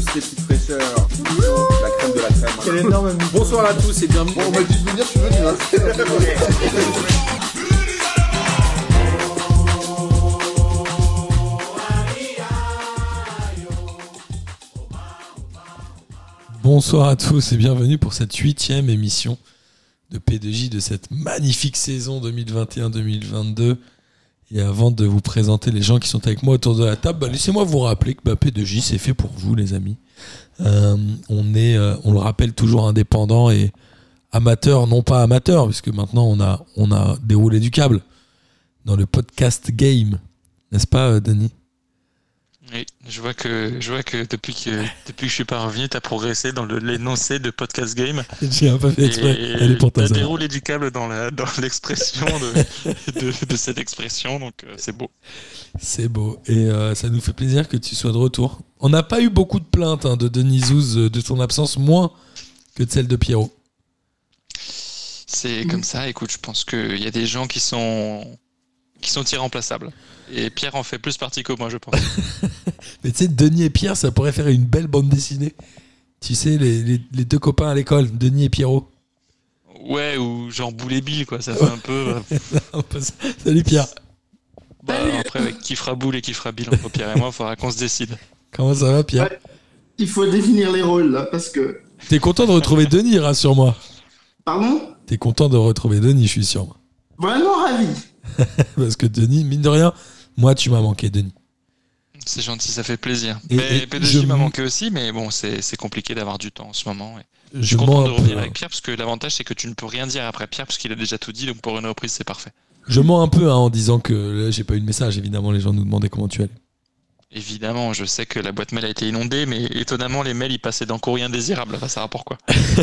les petites fraîcheurs. La crème de la crème. Quel énorme Bonsoir à tous et bienvenue. Bon, on m'a dit de venir, je suis venu. Bonsoir à tous et bienvenue pour cette 8e émission de P2J de cette magnifique saison 2021-2022. Et avant de vous présenter les gens qui sont avec moi autour de la table, laissez-moi vous rappeler que P2J c'est fait pour vous les amis. On le rappelle, toujours indépendant et amateur, non pas amateur, puisque maintenant on a déroulé du câble dans le podcast game, n'est-ce pas Denis ? Oui, je vois que depuis que je suis pas revenu, t'as progressé dans l'énoncé de podcast game. J'ai un peu fait exprès. Elle est pour ta t'as zone. déroulé du câble dans l'expression de cette expression, donc c'est beau. C'est beau. Et ça nous fait plaisir que tu sois de retour. On n'a pas eu beaucoup de plaintes de Denis Zouz de ton absence, moins que de celle de Pierrot. C'est comme ça, écoute, je pense qu'il y a des gens qui sont irremplaçables. Et Pierre en fait plus partie que moi, je pense. Mais tu sais, Denis et Pierre, ça pourrait faire une belle bande dessinée. Tu sais, les deux copains à l'école, Denis et Pierrot. Ouais, ou genre Boule et Bill, quoi, ça fait un peu... Salut Pierre. Après, avec qui fera Boule et qui fera Bill, entre Pierre et moi, il faudra qu'on se décide. Comment ça va Pierre ? Ouais. Il faut définir les rôles, là, parce que... T'es content de retrouver Denis, rassure-moi. Pardon ? T'es content de retrouver Denis, je suis sûr. Vraiment ravi. Parce que Denis, mine de rien, moi tu m'as manqué Denis. C'est gentil, ça fait plaisir. Et P2J m'a manqué aussi, mais bon, c'est compliqué d'avoir du temps en ce moment. Je suis mens content de un revenir peu, avec Pierre, parce que l'avantage, c'est que tu ne peux rien dire après Pierre, parce qu'il a déjà tout dit, donc pour une reprise, c'est parfait. Je mens un peu en disant que là, j'ai pas eu de message. Évidemment, les gens nous demandaient comment tu allais. Évidemment, je sais que la boîte mail a été inondée, mais étonnamment, les mails, ils passaient dans courrier indésirable. Enfin, ça va pourquoi.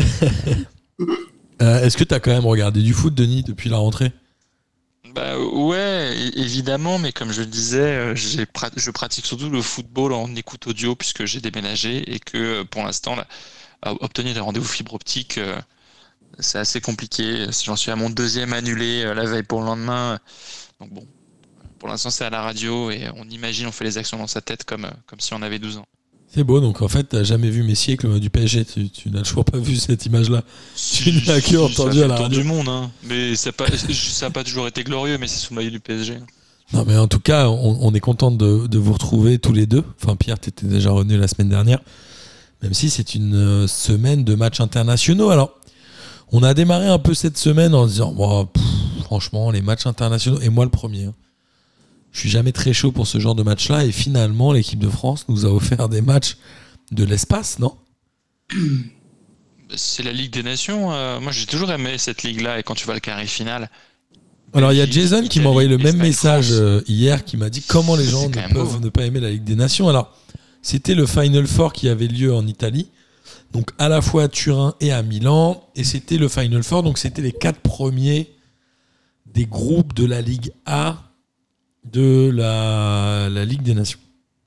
Est-ce que t'as quand même regardé du foot, Denis, depuis la rentrée ? Bah ouais, évidemment, mais comme je le disais, je pratique surtout le football en écoute audio puisque j'ai déménagé et que pour l'instant, là, obtenir des rendez-vous fibre optique, c'est assez compliqué. J'en suis à mon 2e annulé la veille pour le lendemain. Donc bon, pour l'instant, c'est à la radio et on fait les actions dans sa tête comme si on avait 12 ans. C'est beau, donc en fait, t'as jamais vu Messi avec le du PSG, tu n'as toujours pas vu cette image-là. Tu n'as que entendu à la radio. Du monde, hein. Mais ça n'a pas toujours été glorieux, mais c'est sous le maillot du PSG. Non, mais en tout cas, on est content de vous retrouver tous les deux. Enfin, Pierre, t'étais déjà revenu la semaine dernière, même si c'est une semaine de matchs internationaux. Alors, on a démarré un peu cette semaine en se disant, franchement, les matchs internationaux, et moi le premier, hein. Je suis jamais très chaud pour ce genre de match-là, et finalement, l'équipe de France nous a offert des matchs de l'espace, non ? C'est la Ligue des Nations. Moi, j'ai toujours aimé cette ligue-là, et quand tu vois le carré final. Alors, il y a Jason qui m'a envoyé le même message France. hier, qui m'a dit comment les gens ne peuvent ne pas aimer la Ligue des Nations. Alors, c'était le Final Four qui avait lieu en Italie, donc à la fois à Turin et à Milan, et c'était le Final Four, donc c'était les 4 premiers des groupes de la Ligue A de la Ligue des Nations.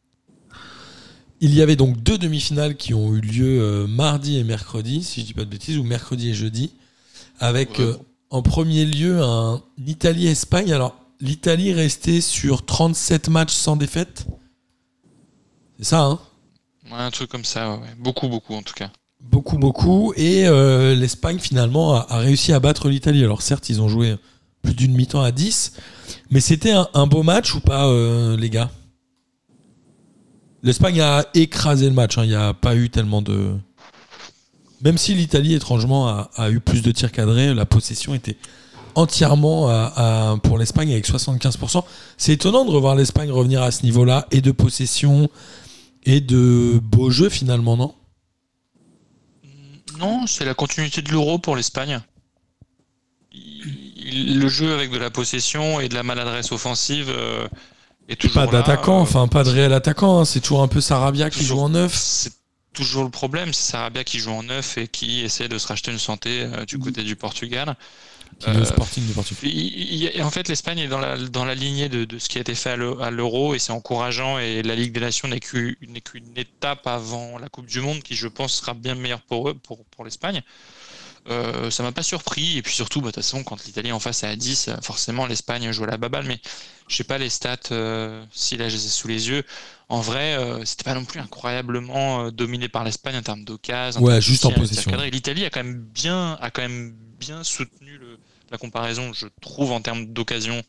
Il y avait donc 2 demi-finales qui ont eu lieu mardi et mercredi, si je dis pas de bêtises, ou mercredi et jeudi, avec en premier lieu un Italie-Espagne. Alors, l'Italie restait sur 37 matchs sans défaite. C'est ça, hein ? Ouais, un truc comme ça, ouais. Beaucoup en tout cas. Beaucoup. Et l'Espagne, finalement, a réussi à battre l'Italie. Alors, certes, ils ont joué plus d'une mi-temps à 10, mais c'était un beau match ou pas, les gars ? L'Espagne a écrasé le match, hein. Il n'y a pas eu tellement de... Même si l'Italie, étrangement, a eu plus de tirs cadrés, la possession était entièrement pour l'Espagne avec 75%. C'est étonnant de revoir l'Espagne revenir à ce niveau-là, et de possession, et de beau jeu finalement, non ? Non, c'est la continuité de l'Euro pour l'Espagne. Le jeu avec de la possession et de la maladresse offensive est toujours pas là. d'attaquant, enfin pas de réel attaquant, hein. C'est toujours un peu Sarabia qui joue en neuf. C'est toujours le problème, c'est Sarabia qui joue en neuf et qui essaie de se racheter une santé du côté du Portugal. Qui est le Sporting du Portugal. En fait, l'Espagne est dans la lignée de ce qui a été fait à l'Euro, et c'est encourageant, et la Ligue des Nations n'est qu'une étape avant la Coupe du Monde qui, je pense, sera bien meilleure pour eux, pour l'Espagne. Ça m'a pas surpris. Et puis surtout, de toute façon, quand l'Italie en face est à 10, forcément l'Espagne joue à la baballe. Mais je sais pas les stats, si là je les ai sous les yeux. En vrai, c'était pas non plus incroyablement dominé par l'Espagne en termes d'occasion. Ouais, juste en possession. L'Italie a quand même bien soutenu la comparaison, je trouve, en termes d'occasion.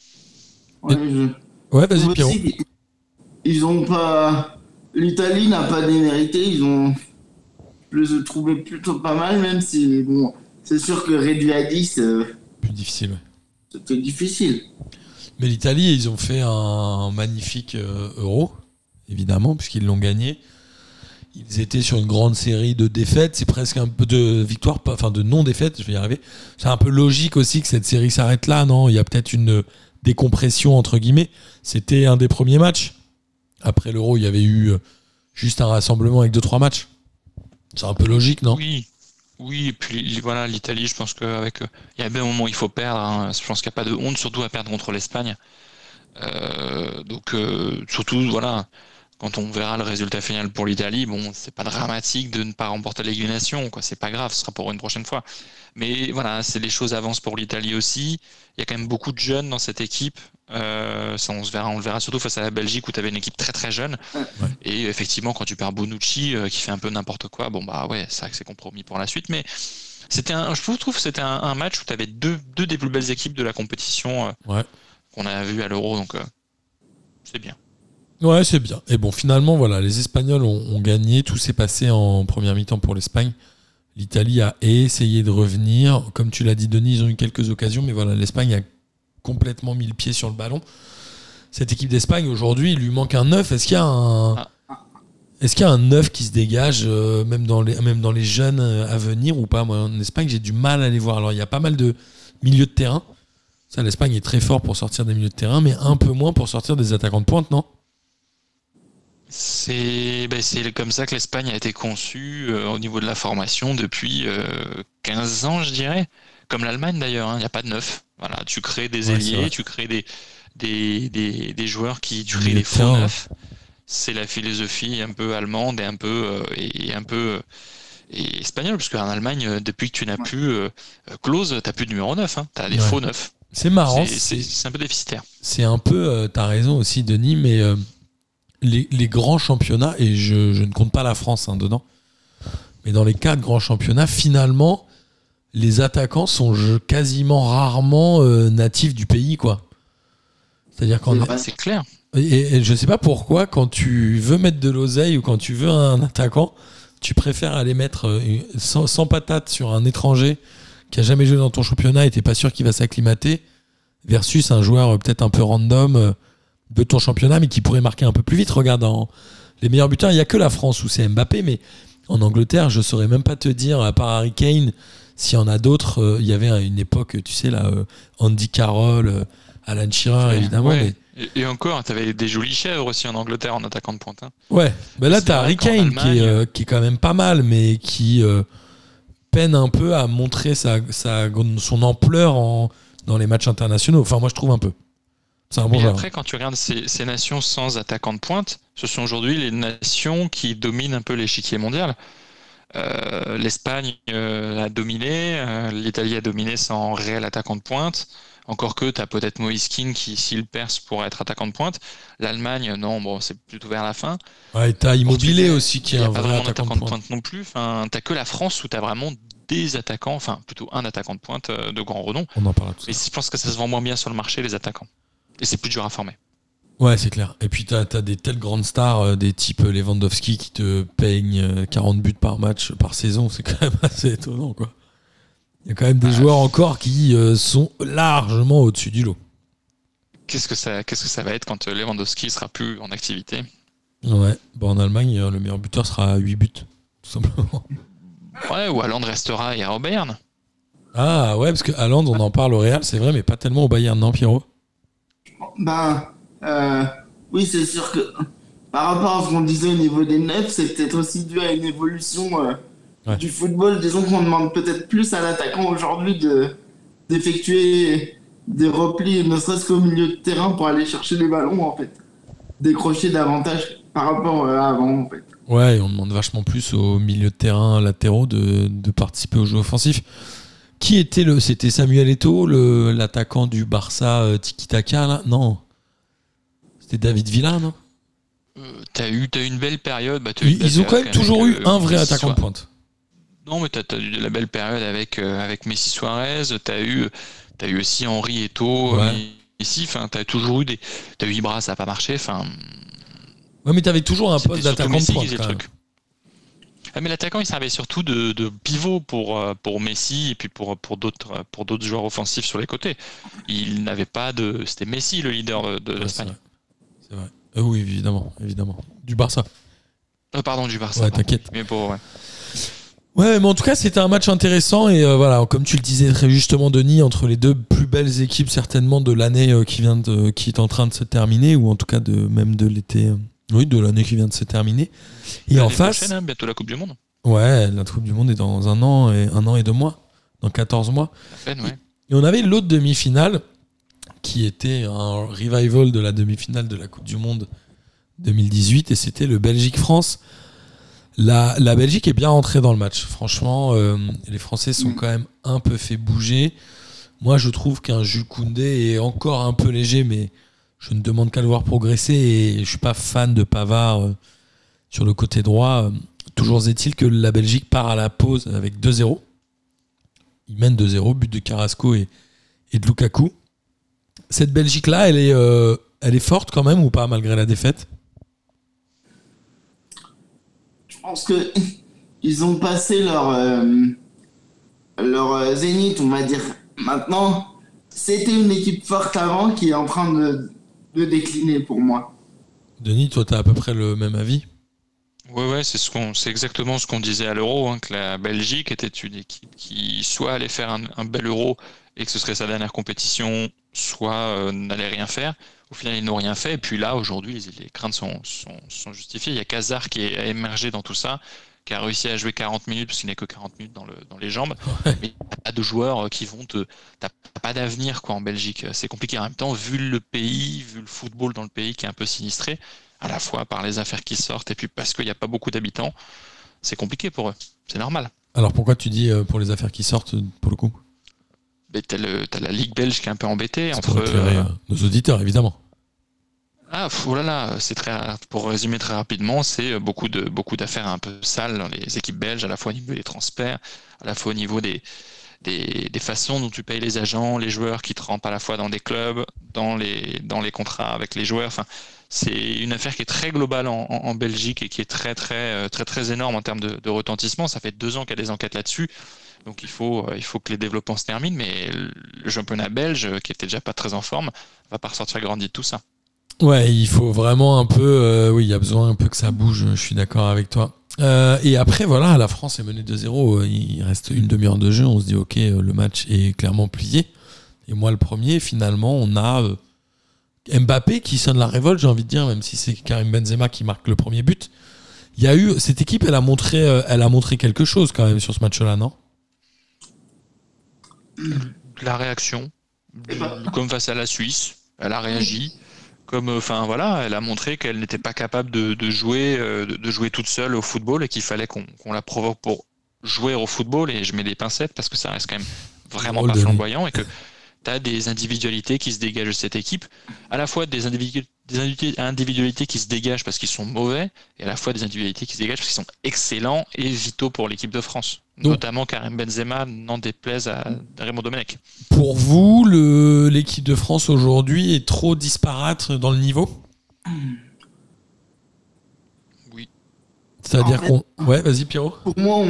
Ouais, vas-y, Pierrot. Ils ont pas. L'Italie n'a pas démérité. Je les ai trouvés plutôt pas mal, même si, bon, c'est sûr que réduit à 10, Plus difficile, ouais. c'était difficile. Mais l'Italie, ils ont fait un magnifique Euro, évidemment, puisqu'ils l'ont gagné. Ils étaient sur une grande série de défaites. C'est presque un peu de victoire, enfin de non-défaites, je vais y arriver. C'est un peu logique aussi que cette série s'arrête là, non ? Il y a peut-être une décompression, entre guillemets. C'était un des premiers matchs. Après l'Euro, il y avait eu juste un rassemblement avec 2-3 matchs. C'est un peu logique, non ? Oui, et puis voilà, l'Italie, je pense qu'avec il y a bien un moment où il faut perdre. Hein. Je pense qu'il n'y a pas de honte, surtout à perdre contre l'Espagne. Donc surtout, voilà, quand on verra le résultat final pour l'Italie, bon, c'est pas dramatique de ne pas remporter la Ligue des Nations, quoi. C'est pas grave, ce sera pour une prochaine fois. Mais voilà, les choses avancent pour l'Italie aussi. Il y a quand même beaucoup de jeunes dans cette équipe. Ça, on le verra surtout face à la Belgique où tu avais une équipe très très jeune. Ouais. Et effectivement, quand tu perds Bonucci qui fait un peu n'importe quoi, bon bah ouais, c'est vrai que c'est compromis pour la suite. Mais je trouve que c'était un match où tu avais deux des plus belles équipes de la compétition qu'on a vu à l'Euro, donc c'est bien. Ouais, c'est bien. Et bon, finalement, voilà, les Espagnols ont gagné. Tout s'est passé en première mi-temps pour l'Espagne. L'Italie a essayé de revenir. Comme tu l'as dit, Denis, ils ont eu quelques occasions, mais voilà, l'Espagne a complètement mis le pied sur le ballon. Cette équipe d'Espagne, aujourd'hui, il lui manque un 9. Est-ce qu'il y a un 9 qui se dégage, même dans les jeunes à venir ou pas ? Moi, en Espagne, j'ai du mal à les voir. Alors, il y a pas mal de milieux de terrain. Ça, l'Espagne est très fort pour sortir des milieux de terrain, mais un peu moins pour sortir des attaquants de pointe, non ? C'est comme ça que l'Espagne a été conçue au niveau de la formation depuis 15 ans, je dirais. Comme l'Allemagne d'ailleurs, il n'y a pas de neuf. Voilà, tu crées des ailiers, tu crées des joueurs tu crées des faux neufs. C'est la philosophie un peu allemande et un peu espagnole, parce qu'en Allemagne, depuis que tu n'as plus Klose, tu n'as plus de numéro 9, tu as des faux neufs. C'est marrant. C'est un peu déficitaire. C'est un peu, tu as raison aussi, Denis, mais les grands championnats, et je ne compte pas la France dedans, mais dans les 4 grands championnats, finalement, les attaquants sont quasiment rarement natifs du pays, quoi. C'est-à-dire c'est clair. Et je sais pas pourquoi, quand tu veux mettre de l'oseille ou quand tu veux un attaquant, tu préfères aller mettre sans patate sur un étranger qui a jamais joué dans ton championnat et t'es pas sûr qu'il va s'acclimater, versus un joueur peut-être un peu random de ton championnat, mais qui pourrait marquer un peu plus vite. Regarde, les meilleurs buteurs, il n'y a que la France où c'est Mbappé, mais en Angleterre, je saurais même pas te dire, à part Harry Kane, s'il y en a d'autres. Il y avait une époque, tu sais, là, Andy Carroll, Alan Shearer, évidemment. Ouais. Mais... Et encore, tu avais des jolies chèvres aussi en Angleterre en attaquant de pointe. Ouais, mais là, tu as Harry Kane qui est quand même pas mal, mais qui peine un peu à montrer son ampleur dans les matchs internationaux. Enfin, moi, je trouve un peu. C'est un bon joueur. Après, quand tu regardes ces nations sans attaquant de pointe, ce sont aujourd'hui les nations qui dominent un peu l'échiquier mondial. L'Espagne a dominé, l'Italie a dominé sans réel attaquant de pointe. Encore que tu as peut-être Moïse Kean qui, s'il perce, pourrait être attaquant de pointe. L'Allemagne, non, bon, c'est plutôt vers la fin. Ouais, tu as Immobilier aussi qui est un vrai attaquant de pointe non plus. Enfin, tu n'as que la France où tu as vraiment des attaquants, enfin plutôt un attaquant de pointe de grand renom. On en parle tout ça. Mais je pense que ça se vend moins bien sur le marché, les attaquants. Et c'est plus dur à former. Ouais, c'est clair. Et puis, tu as des telles grandes stars, des types Lewandowski qui te peignent 40 buts par match, par saison. C'est quand même assez étonnant, quoi. Il y a quand même des joueurs encore qui sont largement au-dessus du lot. Qu'est-ce que ça va être quand Lewandowski sera plus en activité ? Ouais, bon, en Allemagne, le meilleur buteur sera à 8 buts, tout simplement. Ouais, ou Haaland restera et ira au Bayern. Ah ouais, parce que Haaland, on en parle au Real, c'est vrai, mais pas tellement au Bayern, non, Pierrot ? Oui, c'est sûr que par rapport à ce qu'on disait au niveau des neufs, c'est peut-être aussi dû à une évolution du football. Disons qu'on demande peut-être plus à l'attaquant aujourd'hui d'effectuer des replis, ne serait-ce qu'au milieu de terrain pour aller chercher les ballons, en fait. Décrocher davantage par rapport à avant, en fait. Ouais, et on demande vachement plus aux milieux de terrain latéraux de participer au jeu offensif. Qui était c'était Samuel Eto'o, l'attaquant du Barça Tiki-Taka, là? Non. C'était David Villa, non? T'as eu une belle période. Ils ont quand même toujours eu un vrai attaquant de pointe. Non, mais t'as eu de la belle période avec Messi Suarez. T'as eu aussi Henri Eto'o. Ouais. Messi. Enfin, t'as toujours eu t'as eu Ibra, ça n'a pas marché. Enfin. Ouais, mais t'avais toujours un poste d'attaquant de pointe. Quand même. Ah, mais l'attaquant, il servait surtout de pivot pour Messi et puis pour d'autres joueurs offensifs sur les côtés. Il n'avait pas c'était Messi le leader de l'Espagne. C'est vrai. Oui, évidemment. Du Barça. Pardon, du Barça. Ouais, t'inquiète. Mais bon, ouais. Ouais, mais en tout cas, c'était un match intéressant et voilà, comme tu le disais très justement, Denis, entre les deux plus belles équipes certainement de l'année qui est en train de se terminer, ou en tout cas même de l'été. Oui, de l'année qui vient de se terminer. Et en face. Prochaine, bientôt la Coupe du Monde. Ouais, la Coupe du Monde est dans un an et 2 mois. Dans 14 mois. À peine, ouais. Et on avait l'autre demi-finale qui était un revival de la demi-finale de la Coupe du Monde 2018 et c'était le Belgique-France. La Belgique est bien rentrée dans le match. Franchement, les Français sont quand même un peu fait bouger. Moi, je trouve qu'un Jules Koundé est encore un peu léger, mais je ne demande qu'à le voir progresser et je suis pas fan de Pavard sur le côté droit. Toujours est-il que la Belgique part à la pause avec 2-0. Ils mènent 2-0, but de Carrasco et de Lukaku. Cette Belgique-là, elle est forte quand même ou pas, malgré la défaite? Je pense que ils ont passé leur zénith, on va dire. Maintenant, c'était une équipe forte avant qui est en train de décliner pour moi. Denis, toi, tu as à peu près le même avis? Ouais, c'est exactement ce qu'on disait à l'Euro, que la Belgique était une équipe qui soit allait faire un bel Euro et que ce serait sa dernière compétition, soit n'allait rien faire. Au final, ils n'ont rien fait. Et puis là, aujourd'hui, les craintes sont justifiées. Il y a Kazar qui a émergé dans tout ça, qui a réussi à jouer 40 minutes, parce qu'il n'a que 40 minutes dans les jambes. Mais il n'y a pas de joueurs qui vont t'as pas d'avenir en Belgique. C'est compliqué en même temps, vu le pays, vu le football dans le pays qui est un peu sinistré, à la fois par les affaires qui sortent et puis parce qu'il n'y a pas beaucoup d'habitants. C'est compliqué pour eux. C'est normal. Alors pourquoi tu dis pour les affaires qui sortent, pour le coup? Mais t'as la Ligue belge qui est un peu embêtée. C'est pour éclairer nos auditeurs, évidemment. Ah, oh là là, pour résumer très rapidement, c'est beaucoup d'affaires un peu sales dans les équipes belges, à la fois au niveau des transferts, à la fois au niveau des façons dont tu payes les agents, les joueurs qui te rentrent à la fois dans des clubs, dans les contrats avec les joueurs. Enfin, c'est une affaire qui est très globale en Belgique et qui est très, très, très, très énorme en termes de retentissement. Ça fait 2 ans qu'il y a des enquêtes là-dessus. Donc il faut que les développements se terminent, mais le championnat belge, qui était déjà pas très en forme, va pas ressortir grandi de tout ça. Ouais, il faut vraiment un peu... oui, il y a besoin un peu que ça bouge, je suis d'accord avec toi. Et après, voilà, la France est menée 2-0, il reste une demi-heure de jeu, on se dit ok, le match est clairement plié. Et moi, le premier, finalement, on a Mbappé qui sonne la révolte, j'ai envie de dire, même si c'est Karim Benzema qui marque le premier but. Il y a eu... Cette équipe, elle a montré quelque chose quand même sur ce match-là, non? La réaction, comme face à la Suisse, elle a réagi. Elle a montré qu'elle n'était pas capable de jouer toute seule au football et qu'il fallait qu'on la provoque pour jouer au football. Et je mets des pincettes parce que ça reste quand même vraiment pas flamboyant et que tu as des individualités qui se dégagent de cette équipe, à la fois des individualités qui se dégagent parce qu'ils sont mauvais et à la fois des individualités qui se dégagent parce qu'ils sont excellents et vitaux pour l'équipe de France. Donc, notamment Karim Benzema, n'en déplaise à Raymond Domenech. Pour vous, l'équipe de France aujourd'hui est trop disparate dans le niveau? Oui. C'est-à-dire Ouais, vas-y Pierrot. Pour moi,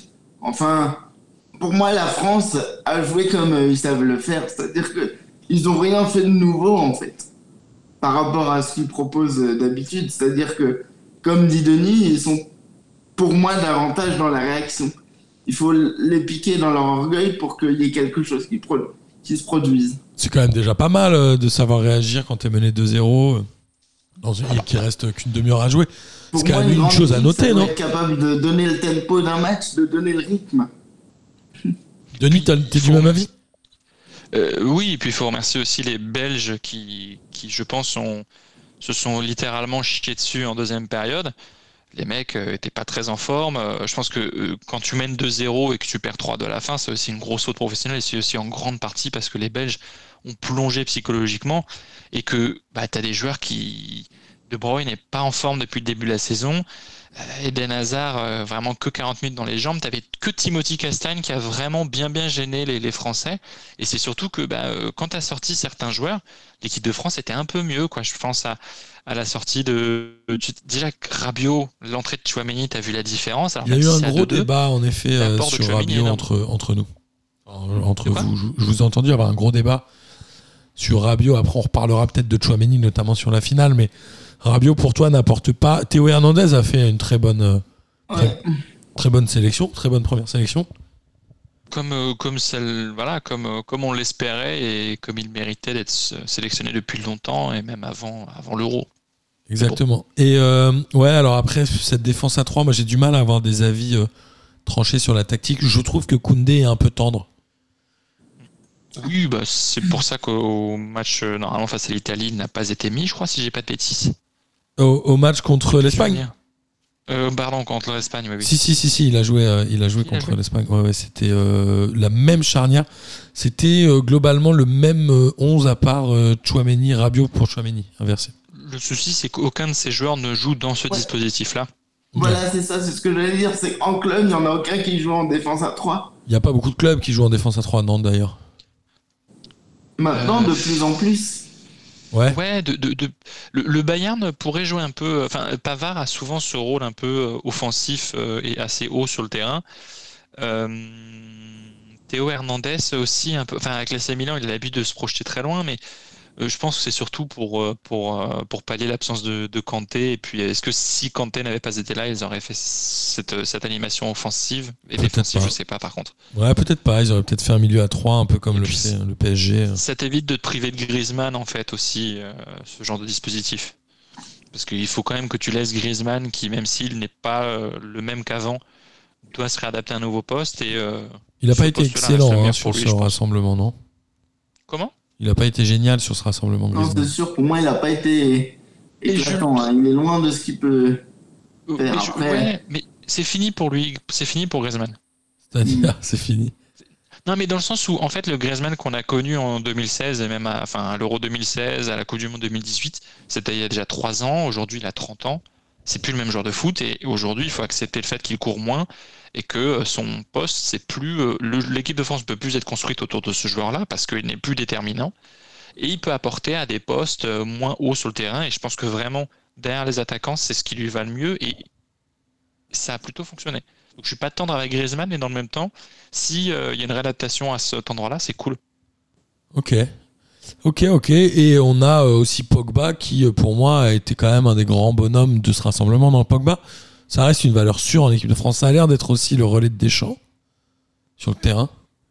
pour moi, la France a joué comme ils savent le faire. C'est-à-dire qu'ils n'ont rien fait de nouveau, en fait, par rapport à ce qu'ils proposent d'habitude. C'est-à-dire que, comme dit Denis, ils sont, pour moi, davantage dans la réaction. Il faut les piquer dans leur orgueil pour qu'il y ait quelque chose qui se produise. C'est quand même déjà pas mal de savoir réagir quand t'es mené 2-0 dans une équipe qui reste qu'une demi-heure à jouer. C'est quand même une chose à noter, non? Être capable de donner le tempo d'un match, de donner le rythme. Denis, t'es du même avis? Oui, et puis il faut remercier aussi les Belges qui je pense, se sont littéralement chiés dessus en deuxième période. les mecs étaient pas très en forme. Je pense que quand tu mènes 2-0 et que tu perds 3 de la fin, c'est aussi une grosse faute professionnelle, et c'est aussi en grande partie parce que les Belges ont plongé psychologiquement et que tu as des joueurs qui... De Bruyne n'est pas en forme depuis le début de la saison. Eden Hazard, vraiment que 40 minutes dans les jambes. T'avais que Timothy Castagne qui a vraiment bien gêné les Français. Et c'est surtout que quand t'as sorti certains joueurs, l'équipe de France était un peu mieux, quoi. Je pense à la sortie déjà Rabiot, l'entrée de Tchouaméni, t'as vu la différence. Alors, il y a eu un gros débat en effet sur Rabiot entre nous. Entre vous. Je vous ai entendu avoir un gros débat sur Rabiot. Après on reparlera peut-être de Tchouaméni, notamment sur la finale, mais Rabiot pour toi n'apporte pas. Théo Hernandez a fait une très bonne sélection, très bonne première sélection. Comme on l'espérait et comme il méritait d'être sélectionné depuis longtemps et même avant l'Euro. Exactement. Bon. Et alors après cette défense à 3, moi j'ai du mal à avoir des avis tranchés sur la tactique. Je trouve que Koundé est un peu tendre. Oui, c'est pour ça qu'au match normalement face à l'Italie, il n'a pas été mis, je crois, si j'ai pas de bêtises. Au match contre l'Espagne. Contre l'Espagne, oui. Si, il a joué contre l'Espagne. Ouais, c'était la même charnière. C'était globalement le même 11 à part Tchouaméni, Rabiot pour Tchouaméni, inversé. Le souci, c'est qu'aucun de ces joueurs ne joue dans ce dispositif-là. Voilà, c'est ça, c'est ce que j'allais dire. C'est qu'en club, il n'y en a aucun qui joue en défense à 3. Il n'y a pas beaucoup de clubs qui jouent en défense à 3 à Nantes, d'ailleurs. Maintenant, de plus en plus. Ouais. Le Bayern pourrait jouer un peu. Enfin, Pavard a souvent ce rôle un peu offensif et assez haut sur le terrain. Théo Hernandez aussi un peu. Enfin, avec l'AC Milan, il a l'habitude de se projeter très loin, mais je pense que c'est surtout pour pallier l'absence de Kanté. Et puis, est-ce que si Kanté n'avait pas été là, ils auraient fait cette animation offensive et défensive? Je sais pas, par contre. Ouais, peut-être pas. Ils auraient peut-être fait un milieu à 3, un peu comme le PSG. Ça t'évite de te priver de Griezmann, en fait, aussi, ce genre de dispositif. Parce qu'il faut quand même que tu laisses Griezmann, qui, même s'il n'est pas le même qu'avant, doit se réadapter à un nouveau poste. Et, il n'a pas été excellent sur ce rassemblement, non? Comment? Il n'a pas été génial sur ce rassemblement. Non, c'est sûr, pour moi, il n'a pas été éclatant. Il est loin de ce qu'il peut faire après. Mais c'est fini pour lui. C'est fini pour Griezmann. C'est-à-dire, c'est fini. Non, mais dans le sens où, en fait, le Griezmann qu'on a connu en 2016 et même à l'Euro 2016, à la Coupe du Monde 2018, c'était il y a déjà 3 ans. Aujourd'hui, il a 30 ans. C'est plus le même genre de foot. Et aujourd'hui, il faut accepter le fait qu'il court moins et que son poste, c'est plus l'équipe de France ne peut plus être construite autour de ce joueur-là parce qu'il n'est plus déterminant et il peut apporter à des postes moins hauts sur le terrain, et je pense que vraiment derrière les attaquants, c'est ce qui lui va le mieux et ça a plutôt fonctionné. Donc je suis pas tendre avec Griezmann, et dans le même temps, si y a une réadaptation à cet endroit-là, c'est cool. Ok. Et on a aussi Pogba qui, pour moi, a été quand même un des grands bonhommes de ce rassemblement. Dans Pogba, ça reste une valeur sûre en équipe de France. Ça a l'air d'être aussi le relais de Deschamps sur le terrain.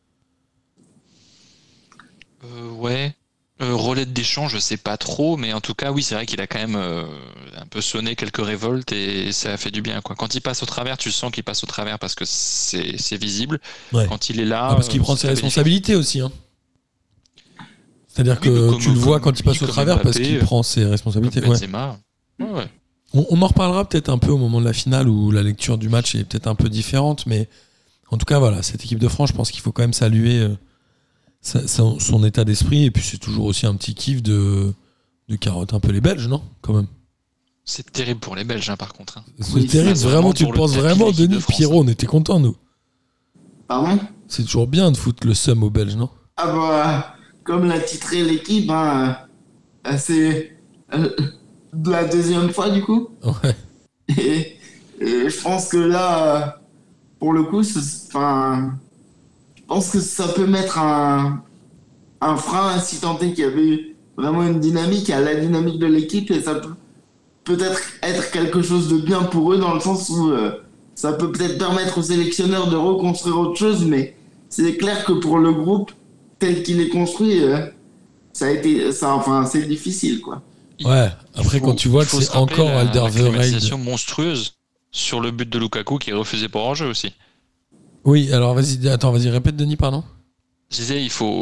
Relais de Deschamps, je sais pas trop, mais en tout cas, oui, c'est vrai qu'il a quand même un peu sonné quelques révoltes et ça a fait du bien, quoi. Quand il passe au travers, tu sens qu'il passe au travers parce que c'est visible. Ouais. Quand il est là, parce qu'il prend ses responsabilités aussi. Hein. C'est-à-dire que tu le vois quand il passe au travers Mbappé, parce qu'il prend ses responsabilités. Benzema. Ouais. On en reparlera peut-être un peu au moment de la finale où la lecture du match est peut-être un peu différente, mais en tout cas, voilà, cette équipe de France, je pense qu'il faut quand même saluer son état d'esprit, et puis c'est toujours aussi un petit kiff de carotte un peu les Belges, non? Quand même. C'est terrible pour les Belges, hein, par contre. Hein. C'est terrible, vraiment, tu le penses vraiment, Denis? Pierrot, on était contents, nous. Pardon? C'est toujours bien de foutre le seum aux Belges, non? Ah bah, comme l'a titré l'équipe, c'est de la deuxième fois, du coup. Ouais. Et je pense que là, pour le coup, je pense que ça peut mettre un frein, si tant est qu'il y avait vraiment une dynamique à la dynamique de l'équipe, et ça peut peut-être être quelque chose de bien pour eux, dans le sens où ça peut peut-être permettre aux sélectionneurs de reconstruire autre chose, mais c'est clair que pour le groupe tel qu'il est construit, c'est difficile, quoi. Ouais, après quand tu vois que c'est encore Alderweireld, une monstrueuse sur le but de Lukaku qui est refusé pour hors-jeu aussi. Oui, alors vas-y, répète Denis, pardon. Je disais, il faut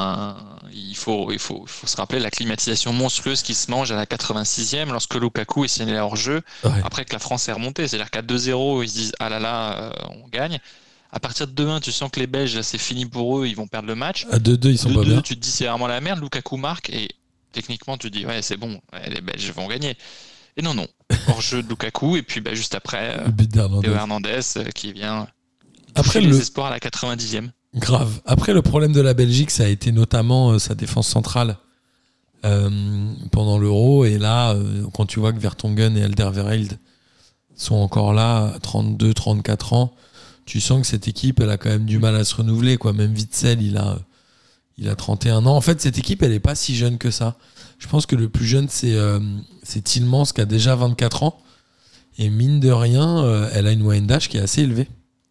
se rappeler la climatisation monstrueuse qui se mange à la 86e lorsque Lukaku est signalé hors jeu, après que la France est remontée. C'est-à-dire qu'à 2-0, ils se disent, ah là là, on gagne. À partir de 2-1, tu sens que les Belges, là, c'est fini pour eux, ils vont perdre le match. À 2-2, ils sont pas bien. Tu te dis, c'est vraiment la merde. Lukaku marque et techniquement, tu te dis, ouais, c'est bon, les Belges vont gagner. Et non. Hors jeu de Lukaku, et puis juste après, Théo Hernandez qui vient après les espoirs à la 90e. Grave. Après, le problème de la Belgique, ça a été notamment sa défense centrale pendant l'Euro. Et là, quand tu vois que Vertonghen et Alderweireld sont encore là, 32, 34 ans, tu sens que cette équipe, elle a quand même du mal à se renouveler, quoi. Même Witsel, il a 31 ans. En fait, cette équipe, elle n'est pas si jeune que ça. Je pense que le plus jeune, c'est Tielemans, qui a déjà 24 ans. Et mine de rien, elle a une moyenne d'âge qui est assez élevée.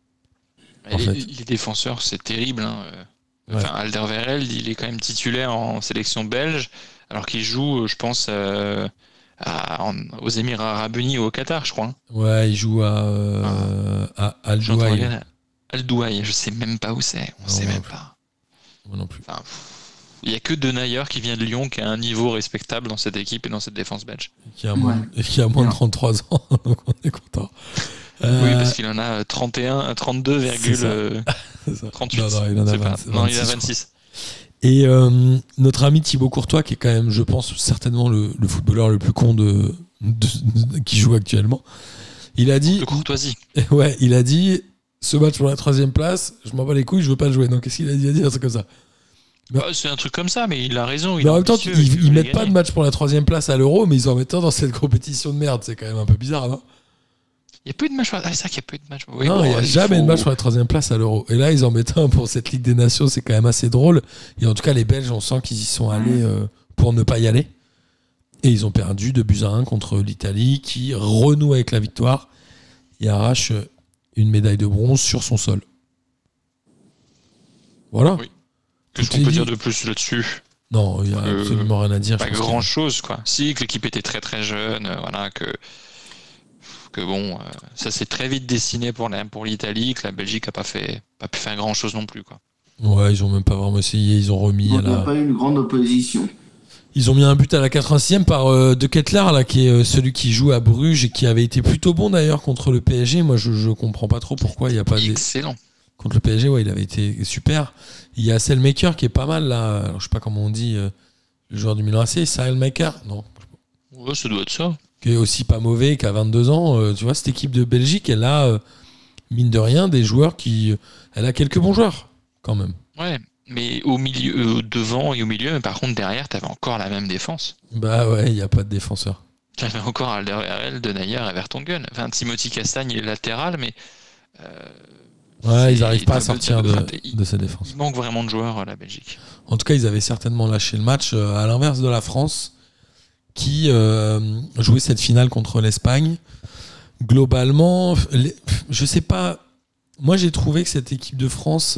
Les défenseurs, c'est terrible. Enfin, Alderweireld, il est quand même titulaire en sélection belge, alors qu'il joue, je pense, aux Émirats Arabes Unis ou au Qatar, je crois. Ouais, il joue à Al-Douaï. Al-Douaï, je sais même pas où c'est. On sait même pas. Moi non plus. Enfin, il y a que Denayer qui vient de Lyon, qui a un niveau respectable dans cette équipe et dans cette défense belge. Qui a moins de 33 ans, donc on est content. Oui, parce qu'il en a 32,38. Non, il a 26. Et notre ami Thibaut Courtois, qui est quand même, je pense, certainement le footballeur le plus con qui joue actuellement, il a dit... De courtoisie. Ouais, il a dit, ce match pour la 3e place, je m'en bats les couilles, je veux pas le jouer. Donc qu'est-ce qu'il a dit? Il a dit un truc comme ça. C'est un truc comme ça, mais il a raison. Mais en même temps, ils mettent pas de match pour la 3e place à l'Euro, mais ils en mettent un dans cette compétition de merde. C'est quand même un peu bizarre, non? Il n'y a pas eu de match. C'est ça qu'il n'y a pas eu de match. Oui, non, il n'y a jamais de match pour la 3e place à l'Euro. Et là, ils en mettent un pour cette Ligue des Nations. C'est quand même assez drôle. Et en tout cas, les Belges, on sent qu'ils y sont allés pour ne pas y aller. Et ils ont perdu 2-1 contre l'Italie, qui renoue avec la victoire et arrache une médaille de bronze sur son sol. Voilà. Oui. Qu'est-ce qu'on peut dire de plus là-dessus? Non, il n'y a absolument rien à dire. Pas grand-chose, quoi. Si, que l'équipe était très très jeune, voilà, que bon, ça s'est très vite dessiné pour l'Italie, que la Belgique n'a pas pu faire grand-chose non plus, quoi. Ouais, ils ont même pas vraiment essayé, ils ont remis Il n'y a pas eu une grande opposition. Ils ont mis un but à la 86e par De Ketelaere, là, qui est celui qui joue à Bruges et qui avait été plutôt bon d'ailleurs contre le PSG. Moi, je comprends pas trop pourquoi il n'y a pas... Excellent. Contre le PSG, ouais, il avait été super. Il y a Selmaker qui est pas mal, là. Alors, je sais pas comment on dit, le joueur du Milan AC, Selmaker. Non. Ouais, ça doit être ça. Qui est aussi pas mauvais, qui a 22 ans. Tu vois, cette équipe de Belgique, elle a, mine de rien, des joueurs qui... Elle a quelques bons joueurs, quand même. Ouais, mais au milieu, devant et au milieu, mais par contre, derrière, t'avais encore la même défense. Bah ouais, il n'y a pas de défenseur. T'avais encore Alderweireld, Denayer et Vertonghen. Enfin, Timothy Castagne est latéral, mais... ouais, ils n'arrivent pas à sortir de cette défense. Il manque vraiment de joueurs, la Belgique. En tout cas, ils avaient certainement lâché le match, à l'inverse de la France, qui jouait cette finale contre l'Espagne. Globalement, je sais pas. Moi, j'ai trouvé que cette équipe de France,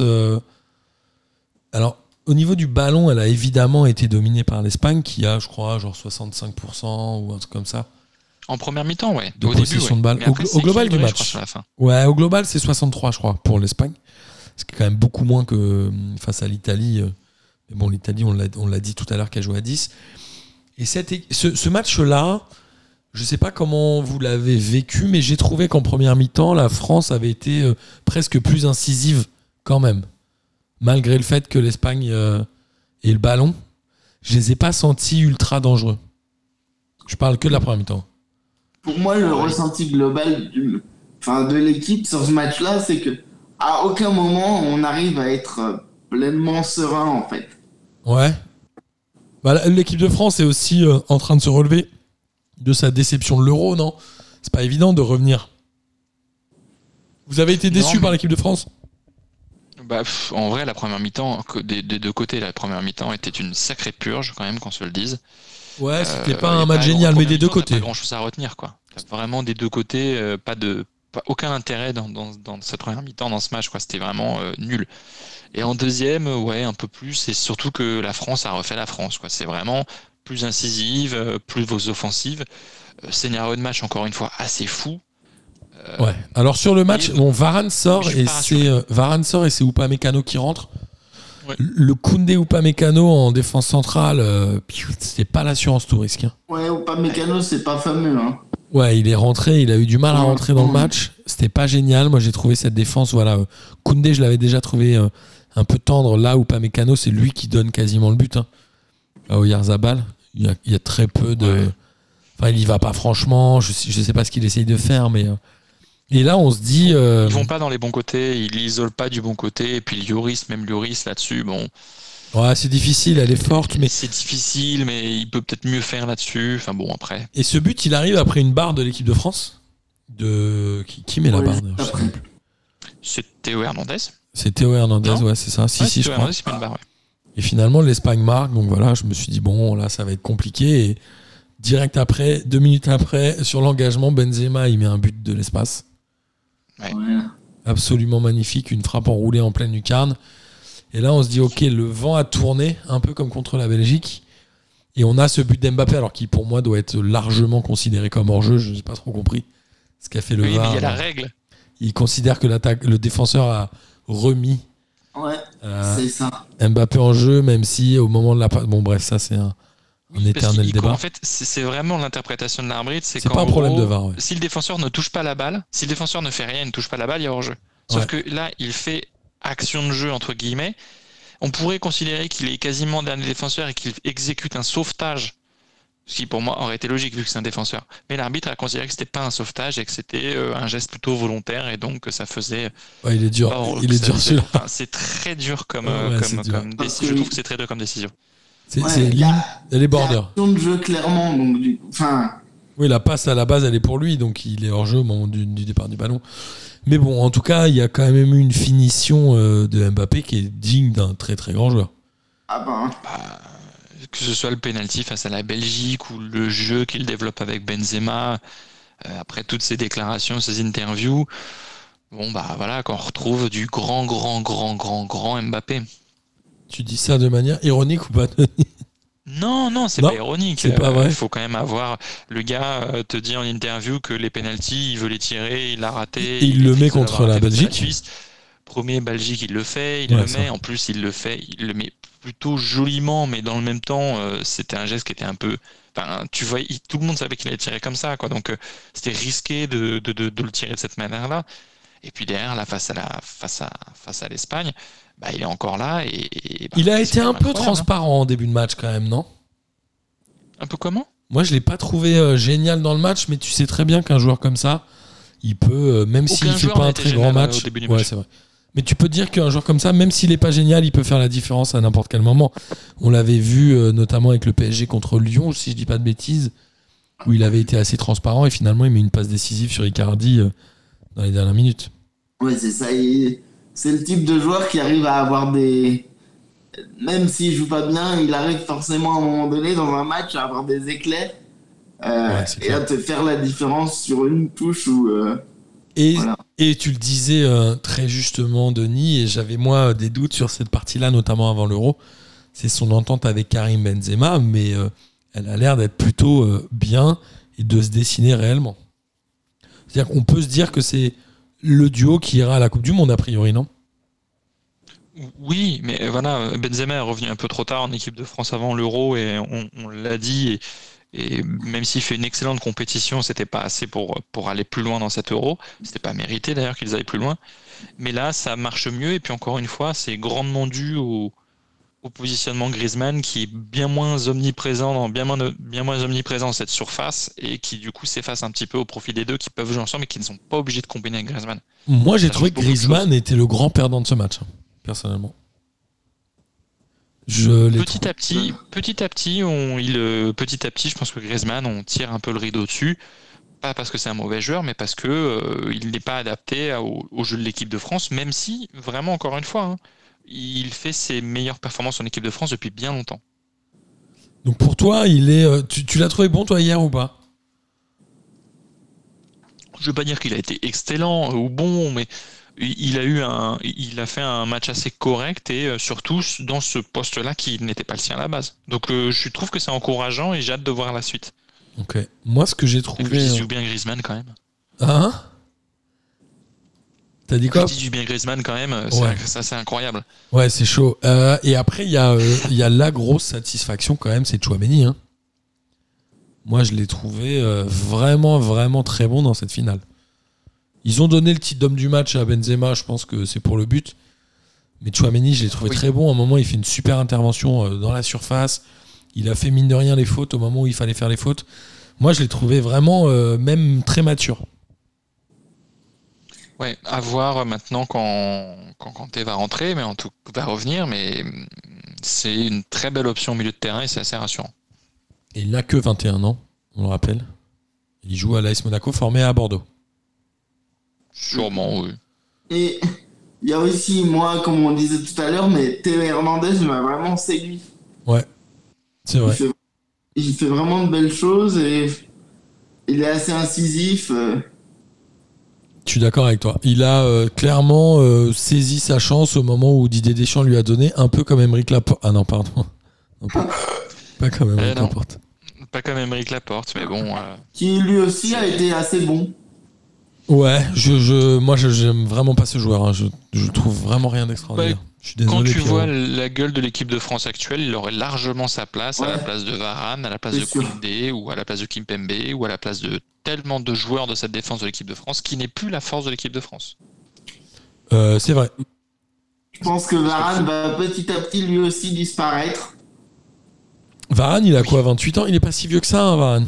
alors au niveau du ballon, elle a évidemment été dominée par l'Espagne, qui a, je crois, genre 65% ou un truc comme ça. En première mi-temps, ouais. De possession de balle. Au global du match. Sur la fin. Ouais, au global, c'est 63, je crois, pour l'Espagne. Ce qui est quand même beaucoup moins que face à l'Italie. Mais bon, l'Italie, on l'a dit tout à l'heure, qu'elle joue à 10. Et ce match-là, je ne sais pas comment vous l'avez vécu, mais j'ai trouvé qu'en première mi-temps, la France avait été presque plus incisive quand même. Malgré le fait que l'Espagne ait le ballon, je ne les ai pas sentis ultra dangereux. Je parle que de la première mi-temps. Pour moi, le ressenti global de l'équipe sur ce match-là, c'est que à aucun moment on arrive à être pleinement serein, en fait. Ouais. Bah, l'équipe de France est aussi en train de se relever de sa déception de l'Euro, non? C'est pas évident de revenir. Vous avez été déçu par l'équipe de France? Bah, en vrai, la première mi-temps, des deux côtés, la première mi-temps était une sacrée purge, quand même, qu'on se le dise. Ouais, c'était pas un match génial, mais des deux côtés. Pas grand chose à retenir, quoi. Vraiment des deux côtés, aucun intérêt dans cette première mi-temps, dans ce match, quoi. C'était vraiment nul. Et en deuxième, ouais, un peu plus, et surtout que la France a refait la France, quoi. C'est vraiment plus incisive, plus offensive. Scénario de match, encore une fois, assez fou. Ouais. Alors sur le match, Varane sort et c'est Upamecano qui rentre. Ouais. Le Koundé Upamecano en défense centrale, c'était pas l'assurance tout risque. Hein. Ouais, Upamecano, c'est pas fameux. Hein. Ouais, il est rentré, il a eu du mal à rentrer dans le match. C'était pas génial. Moi, j'ai trouvé cette défense, voilà. Koundé, je l'avais déjà trouvé un peu tendre. Là, Upamecano, c'est lui qui donne quasiment le but. Hein. Au Yarzabal, il y a très peu de. Ouais. Enfin, il y va pas franchement. Je sais pas ce qu'il essaye de faire, mais. Et là, on se dit. Ils vont pas dans les bons côtés, ils l'isolent pas du bon côté. Et puis Lloris là-dessus, bon. Ouais, c'est difficile, elle est forte, mais. C'est difficile, mais il peut peut-être mieux faire là-dessus. Enfin bon, après. Et ce but, il arrive après une barre de l'équipe de France. Qui met la barre C'est Théo Hernandez. C'est Théo Hernandez, ouais, c'est ça. Si, je crois. Met une barre, ouais. Et finalement, l'Espagne marque, donc voilà, je me suis dit, bon, là, ça va être compliqué. Et direct après, 2 minutes après, sur l'engagement, Benzema, il met un but de l'espace. Ouais. Absolument magnifique, une frappe enroulée en pleine lucarne. Et là, on se dit, ok, le vent a tourné, un peu comme contre la Belgique. Et on a ce but d'Mbappé, alors qui pour moi doit être largement considéré comme hors-jeu, je n'ai pas trop compris ce qu'a fait le VAR. Oui, mais il y a la règle. Il considère que le défenseur a remis c'est ça. Mbappé en jeu, même si au moment de la... Bon bref, ça c'est un éternel débat. En fait, c'est vraiment l'interprétation de l'arbitre. C'est pas un problème de VAR. Ouais. Si le défenseur ne touche pas la balle, si le défenseur ne fait rien, il ne touche pas la balle, il y a hors-jeu. Sauf que là, il fait action de jeu, entre guillemets. On pourrait considérer qu'il est quasiment dernier défenseur et qu'il exécute un sauvetage, ce qui pour moi aurait été logique vu que c'est un défenseur. Mais l'arbitre a considéré que c'était pas un sauvetage et que c'était un geste plutôt volontaire et donc que ça faisait. Ouais, il est dur. Il est dur celui-là. Enfin, c'est très dur comme décision. Je trouve que c'est très dur comme décision. Elle est border. Action de jeu clairement, donc oui, la passe à la base, elle est pour lui, donc il est hors jeu au moment du départ du ballon. Mais bon, en tout cas, il y a quand même eu une finition de Mbappé qui est digne d'un très très grand joueur. Que ce soit le penalty face à la Belgique ou le jeu qu'il développe avec Benzema, après toutes ces déclarations, ces interviews, bon bah voilà, qu'on retrouve du grand Mbappé. Tu dis ça de manière ironique ou pas? Non, c'est pas ironique. C'est pas vrai. Il faut quand même avoir. Le gars te dit en interview que les penalties, il veut les tirer, il l'a raté. Et il le met contre la Belgique. Premier Belgique, il le fait, il le met. En plus, il le met plutôt joliment, mais dans le même temps, c'était un geste qui était un peu. Enfin, tu vois, tout le monde savait qu'il allait tirer comme ça, quoi. Donc, c'était risqué de le tirer de cette manière-là. Et puis derrière, là, face à l'Espagne, bah, il est encore là. Et il a été un peu transparent en début de match, quand même, non? Un peu comment? Moi, je l'ai pas trouvé génial dans le match, mais tu sais très bien qu'un joueur comme ça, il peut, même s'il fait pas un très grand match, c'est vrai. Mais tu peux dire qu'un joueur comme ça, même s'il est pas génial, il peut faire la différence à n'importe quel moment. On l'avait vu notamment avec le PSG contre Lyon, si je dis pas de bêtises, où il avait été assez transparent et finalement il met une passe décisive sur Icardi dans les dernières minutes. Ouais, c'est ça. C'est le type de joueur qui arrive à avoir des... Même s'il joue pas bien, il arrive forcément à un moment donné dans un match à avoir des éclairs et à te faire la différence sur une touche ou... Et tu le disais très justement, Denis, et j'avais moi des doutes sur cette partie-là, notamment avant l'Euro. C'est son entente avec Karim Benzema, mais elle a l'air d'être plutôt bien et de se dessiner réellement. C'est-à-dire qu'on peut se dire que c'est le duo qui ira à la Coupe du Monde, a priori, non? Oui, mais voilà, Benzema est revenu un peu trop tard en équipe de France avant l'Euro, et on l'a dit, et même s'il fait une excellente compétition, c'était pas assez pour aller plus loin dans cet Euro. C'était pas mérité d'ailleurs qu'ils aillent plus loin. Mais là, ça marche mieux, et puis encore une fois, c'est grandement dû au positionnement Griezmann qui est bien moins omniprésent dans cette surface et qui du coup s'efface un petit peu au profit des deux qui peuvent jouer ensemble mais qui ne sont pas obligés de combiner avec Griezmann. Moi j'ai trouvé que Griezmann était le grand perdant de ce match, personnellement. Petit à petit, je pense que Griezmann, on tire un peu le rideau dessus. Pas parce que c'est un mauvais joueur, mais parce que il n'est pas adapté au jeu de l'équipe de France, même si, vraiment, encore une fois, il fait ses meilleures performances en équipe de France depuis bien longtemps. Donc pour toi, il est, tu l'as trouvé bon toi hier ou pas? Je ne veux pas dire qu'il a été excellent ou bon, mais il a fait un match assez correct et surtout dans ce poste-là qui n'était pas le sien à la base. Donc je trouve que c'est encourageant et j'ai hâte de voir la suite. Ok. Moi, ce que j'ai trouvé. Il joue bien Griezmann quand même. Hein? T'as dit quoi? Tu dis du bien Griezmann quand même, ça c'est incroyable. Ouais, c'est chaud. Et après, il y a la grosse satisfaction quand même, c'est Tchouaméni. Hein. Moi, je l'ai trouvé vraiment, vraiment très bon dans cette finale. Ils ont donné le titre d'homme du match à Benzema, je pense que c'est pour le but. Mais Tchouaméni, je l'ai trouvé très bon. À un moment, il fait une super intervention dans la surface. Il a fait mine de rien les fautes au moment où il fallait faire les fautes. Moi, je l'ai trouvé vraiment même très mature. Ouais, à voir maintenant quand Kanté va rentrer, mais en tout va revenir, mais c'est une très belle option au milieu de terrain et c'est assez rassurant. Et il n'a que 21 ans, on le rappelle. Il joue à l'AS Monaco, formé à Bordeaux. Sûrement, oui. Et il y a aussi, moi, comme on disait tout à l'heure, mais Théo Hernandez m'a vraiment séduit. Ouais, c'est vrai. Il fait vraiment de belles choses et il est assez incisif. Je suis d'accord avec toi. Il a clairement saisi sa chance au moment où Didier Deschamps lui a donné, un peu comme Aymeric Laporte. Ah non, pardon. Non, pas comme Aymeric Laporte. Pas comme Aymeric Laporte, mais bon. Qui lui aussi a été assez bon. Ouais, moi j'aime vraiment pas ce joueur. Hein. Je trouve vraiment rien d'extraordinaire. Je suis désolé. Quand tu vois la gueule de l'équipe de France actuelle, il aurait largement sa place à la place de Varane, à la place de Koundé, ou à la place de Kimpembe, ou à la place de tellement de joueurs de cette défense de l'équipe de France qui n'est plus la force de l'équipe de France. C'est vrai. Je pense que Varane va petit à petit lui aussi disparaître. Varane, il a quoi, 28 ans? Il est pas si vieux que ça, hein, Varane.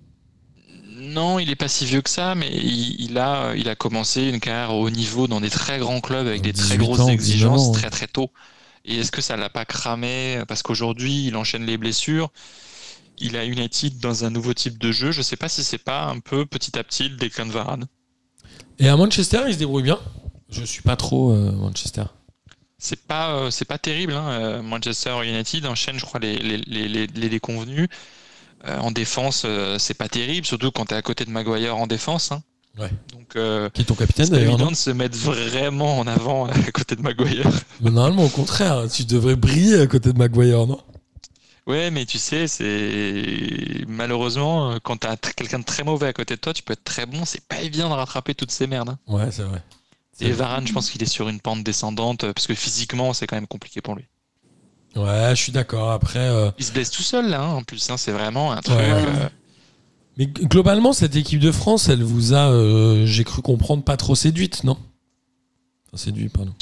Non, il est pas si vieux que ça, mais il a commencé une carrière au haut niveau dans des très grands clubs avec des très grosses exigences très très tôt. Et est-ce que ça l'a pas cramé? Parce qu'aujourd'hui, il enchaîne les blessures. Il a United dans un nouveau type de jeu. Je sais pas si c'est pas un peu petit à petit le déclin de Varane. Et à Manchester, il se débrouille bien. Je suis pas trop Manchester. C'est pas terrible. Hein. Manchester United enchaîne, je crois, les déconvenus. En défense, c'est pas terrible, surtout quand t'es à côté de Maguire en défense. Hein. Ouais. Donc, qui est ton capitaine c'est d'ailleurs, évident de se mettre vraiment en avant à côté de Maguire. Mais normalement, au contraire, tu devrais briller à côté de Maguire, non? Ouais, mais tu sais, c'est malheureusement quand t'as quelqu'un de très mauvais à côté de toi, tu peux être très bon. C'est pas évident de rattraper toutes ces merdes. Hein. Ouais, c'est vrai. Et Varane, je pense qu'il est sur une pente descendante parce que physiquement, c'est quand même compliqué pour lui. Ouais, je suis d'accord. Après, il se blesse tout seul là, hein, en plus. Hein, c'est vraiment un truc. Mais globalement, cette équipe de France, elle vous a, j'ai cru comprendre, pas trop séduite, non? Enfin, séduit, pardon.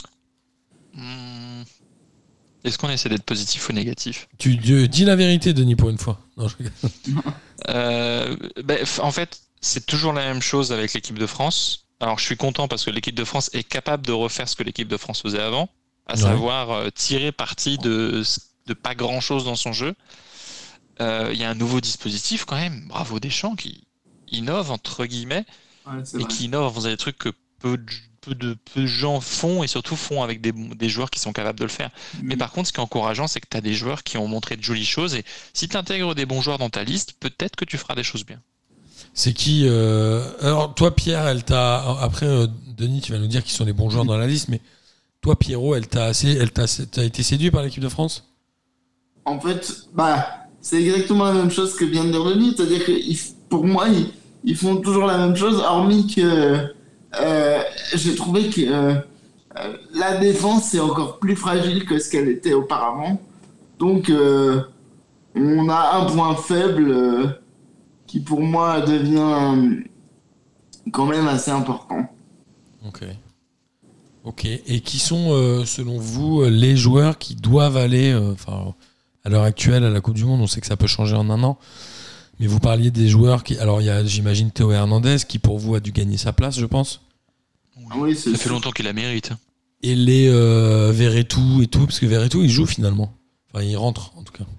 Est-ce qu'on essaie d'être positif ou négatif? Tu dis la vérité, Denis, pour une fois. Non, je en fait, c'est toujours la même chose avec l'équipe de France. Alors, je suis content parce que l'équipe de France est capable de refaire ce que l'équipe de France faisait avant. À savoir tirer parti de pas grand chose dans son jeu. Il y a un nouveau dispositif quand même, bravo Deschamps, qui innove entre guillemets, et qui innove dans des trucs que peu de gens font, et surtout font avec des joueurs qui sont capables de le faire. Mais par contre, ce qui est encourageant, c'est que tu as des joueurs qui ont montré de jolies choses, et si tu intègres des bons joueurs dans ta liste, peut-être que tu feras des choses bien. C'est qui Alors toi, Pierre, après Denis, tu vas nous dire qui sont les bons joueurs dans la liste, mais toi, Pierrot, t'as été séduit par l'équipe de France? En fait, c'est exactement la même chose que vient de dire Denis, c'est-à-dire que pour moi, ils font toujours la même chose, hormis que j'ai trouvé que la défense est encore plus fragile que ce qu'elle était auparavant. Donc, on a un point faible qui, pour moi, devient quand même assez important. Ok. Et qui sont, selon vous, les joueurs qui doivent aller, à l'heure actuelle, à la Coupe du Monde, on sait que ça peut changer en un an, mais vous parliez des joueurs qui... Alors, il y a, j'imagine, Théo Hernandez, qui pour vous a dû gagner sa place, je pense. Oui, ça fait longtemps qu'il la mérite. Et les Verretou et tout, parce que Verretou, il joue finalement. Enfin, il rentre, en tout cas.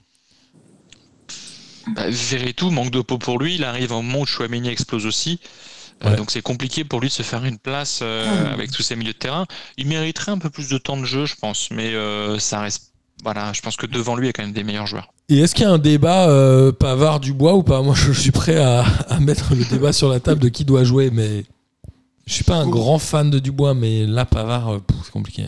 Verretou, manque de peau pour lui, il arrive au moment où Tchouaméni explose aussi. Donc c'est compliqué pour lui de se faire une place avec tous ces milieux de terrain. Il mériterait un peu plus de temps de jeu, je pense, mais ça reste... Voilà, je pense que devant lui, il y a quand même des meilleurs joueurs. Et est-ce qu'il y a un débat Pavard-Dubois ou pas? Moi, je suis prêt à mettre le débat sur la table de qui doit jouer, mais je suis pas un grand fan de Dubois, mais là, Pavard, c'est compliqué.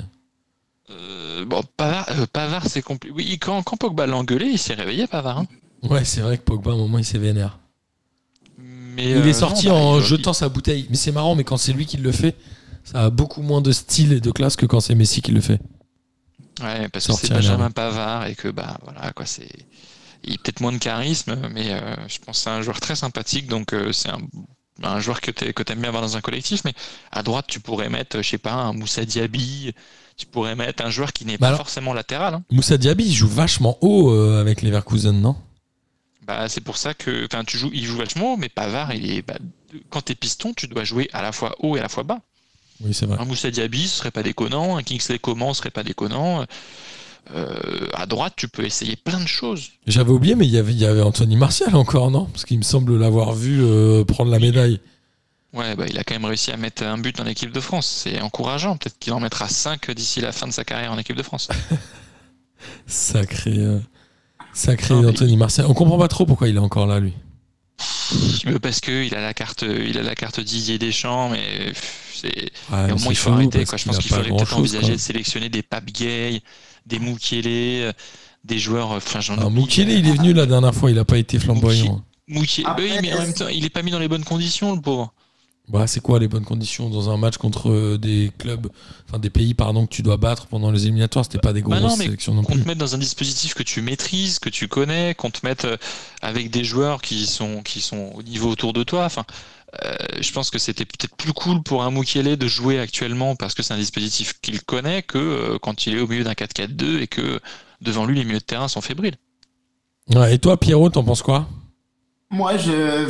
Pavard, c'est compliqué. Oui, quand Pogba l'a engueulé, il s'est réveillé, Pavard. Hein. Ouais, c'est vrai que Pogba, à un moment, il s'est vénère. Mais il est sorti en jetant sa bouteille. Mais c'est marrant, mais quand c'est lui qui le fait, ça a beaucoup moins de style et de classe que quand c'est Messi qui le fait. Ouais, parce que c'est Benjamin Pavard et que voilà quoi, il a peut-être moins de charisme, mais je pense que c'est un joueur très sympathique, donc c'est un joueur que t'aimes bien avoir dans un collectif. Mais à droite, tu pourrais mettre, je sais pas, un Moussa Diaby, tu pourrais mettre un joueur qui n'est pas forcément latéral. Hein. Moussa Diaby, il joue vachement haut avec Leverkusen, non ? C'est pour ça que, il joue vachement haut, mais Pavard, quand t'es piston, tu dois jouer à la fois haut et à la fois bas. Oui, c'est vrai. Un Moussa Diaby, ce serait pas déconnant. Un Kingsley Coman, ce serait pas déconnant. À droite, tu peux essayer plein de choses. J'avais oublié, mais il y avait Anthony Martial encore, non ? Parce qu'il me semble l'avoir vu prendre la médaille. Ouais, il a quand même réussi à mettre un but en équipe de France. C'est encourageant. Peut-être qu'il en mettra 5 d'ici la fin de sa carrière en équipe de France. Sacré Anthony Martial. On comprend pas trop pourquoi il est encore là, lui. Parce que il a la carte Didier Deschamps, mais au moins il faut arrêter. Quoi. Je pense qu'il faudrait peut-être envisager de sélectionner des Pape Gueye, des Mukiele, des joueurs. Mukiele, il est venu la dernière fois, il a pas été flamboyant. Mukiele, mais en même temps, il est pas mis dans les bonnes conditions, le pauvre. C'est quoi les bonnes conditions dans un match contre des pays que tu dois battre pendant les éliminatoires? C'était pas des grosses sélections non plus. Qu'on te mette dans un dispositif que tu maîtrises, que tu connais, qu'on te mette avec des joueurs qui sont au niveau autour de toi. Je pense que c'était peut-être plus cool pour un Mukiele de jouer actuellement parce que c'est un dispositif qu'il connaît que quand il est au milieu d'un 4-4-2 et que devant lui les milieux de terrain sont fébriles. Ouais, et toi, Pierrot, t'en penses quoi? Moi, je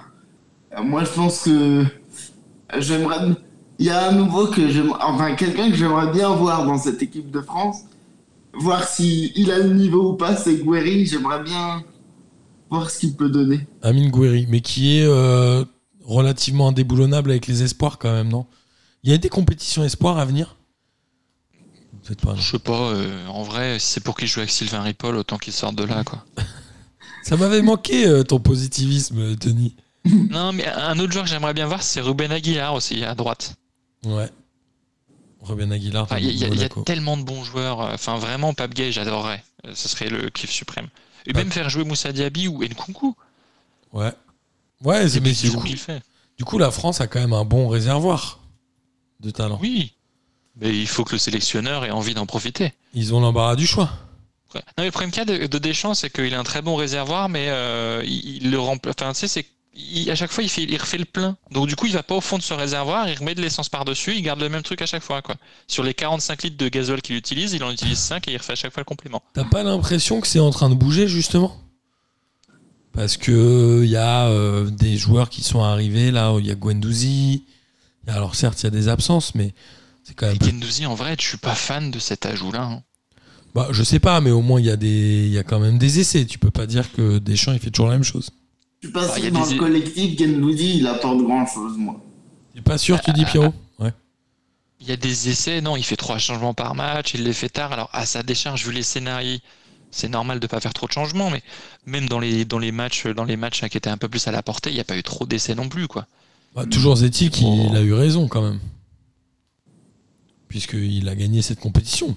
pense que j'aimerais. Il y a un nouveau quelqu'un que j'aimerais bien voir dans cette équipe de France. Voir s'il a le niveau ou pas, c'est Gouiri. J'aimerais bien voir ce qu'il peut donner. Amine Gouiri, mais qui est relativement indéboulonnable avec les espoirs quand même, non? Il y a des compétitions espoirs à venir? Peut-être pas. Non. Je sais pas. En vrai, si c'est pour qu'il joue avec Sylvain Ripoll, autant qu'il sorte de là, quoi. Ça m'avait manqué ton positivisme, Denis. Non, mais un autre joueur que j'aimerais bien voir, c'est Ruben Aguilar aussi, à droite. Ouais. Ruben Aguilar. Il y a tellement de bons joueurs. Vraiment, Pape Gueye, j'adorerais. Ce serait le kiff suprême. Et même faire jouer Moussa Diaby ou Nkunku. Ouais. Ouais, mais du coup, la France a quand même un bon réservoir de talent. Oui. Mais il faut que le sélectionneur ait envie d'en profiter. Ils ont l'embarras du choix. Ouais. Non, mais le problème de Deschamps, c'est qu'il a un très bon réservoir, mais il le remplace. À chaque fois, il refait le plein. Donc, du coup, il va pas au fond de ce réservoir, il remet de l'essence par-dessus, il garde le même truc à chaque fois, quoi. Sur les 45 litres de gasoil qu'il utilise, il en utilise 5 et il refait à chaque fois le complément. T'as pas l'impression que c'est en train de bouger, justement? Parce que il y a des joueurs qui sont arrivés, là, il y a Guendouzi. Alors, certes, il y a des absences, mais c'est quand même. Guendouzi, en vrai, je suis pas fan de cet ajout-là. Hein. Je sais pas, mais au moins, il y a quand même des essais. Tu peux pas dire que Deschamps, il fait toujours la même chose. Je suis pas sûr dans le collectif, Guendouzi, il apporte grand-chose, moi. T'es pas sûr, tu dis, Pierrot? Ouais. Il y a des essais, non, il fait 3 changements par match, il les fait tard. Alors, à sa décharge, vu les scénarios, c'est normal de pas faire trop de changements, mais même dans les matchs qui étaient un peu plus à la portée, il n'y a pas eu trop d'essais non plus, quoi. Toujours est-il qu'il a eu raison, quand même. Puisqu'il a gagné cette compétition.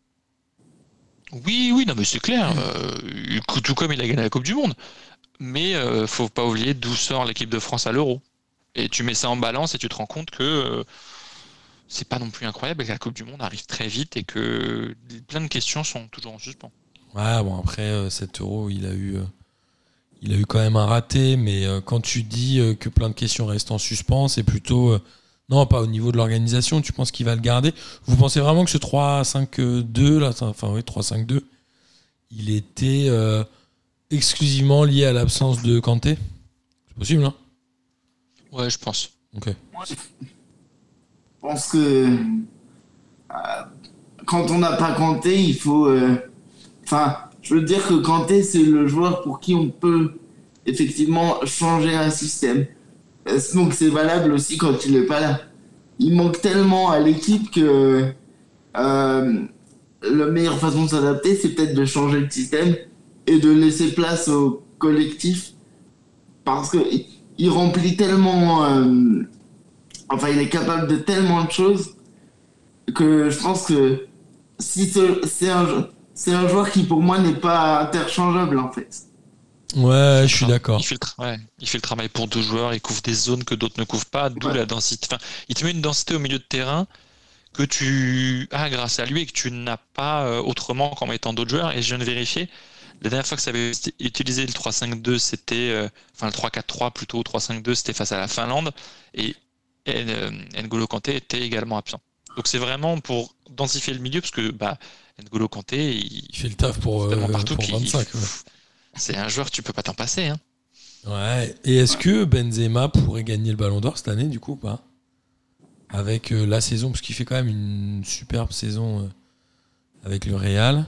Oui, non, mais c'est clair. Tout comme il a gagné la Coupe du Monde. Mais faut pas oublier d'où sort l'équipe de France à l'Euro. Et tu mets ça en balance et tu te rends compte que c'est pas non plus incroyable et que la Coupe du Monde arrive très vite et que plein de questions sont toujours en suspens. Ouais, bon, après, cet Euro, il a eu quand même un raté, mais quand tu dis que plein de questions restent en suspens, c'est plutôt... non, pas au niveau de l'organisation, tu penses qu'il va le garder? Vous pensez vraiment que ce 3-5-2, là, 3-5-2, il était exclusivement lié à l'absence de Kanté? C'est possible, hein? Ouais, je pense. Ok. Je pense que quand on n'a pas Kanté, il faut... je veux dire que Kanté, c'est le joueur pour qui on peut effectivement changer un système. Donc c'est valable aussi quand il n'est pas là. Il manque tellement à l'équipe que la meilleure façon de s'adapter, c'est peut-être de changer le système et de laisser place au collectif. Parce qu'il remplit tellement... il est capable de tellement de choses que je pense que si c'est un joueur qui pour moi n'est pas interchangeable en fait. Ouais, je suis d'accord. Il fait le travail pour 2 joueurs, il couvre des zones que d'autres ne couvrent pas, d'où la densité. Enfin, il te met une densité au milieu de terrain que tu as grâce à lui et que tu n'as pas autrement qu'en mettant d'autres joueurs. Et je viens de vérifier, la dernière fois que ça avait utilisé le 3-5-2, c'était, enfin le 3-4-3 plutôt, 3-5-2, c'était face à la Finlande. Et N'Golo Kanté était également absent. Donc c'est vraiment pour densifier le milieu, parce que N'Golo Kanté, il fait le taf pour partout. Pour 25. C'est un joueur, tu peux pas t'en passer. Hein. Ouais. Et est-ce que Benzema pourrait gagner le Ballon d'Or cette année, du coup, ou pas ? Avec la saison, parce qu'il fait quand même une superbe saison avec le Real.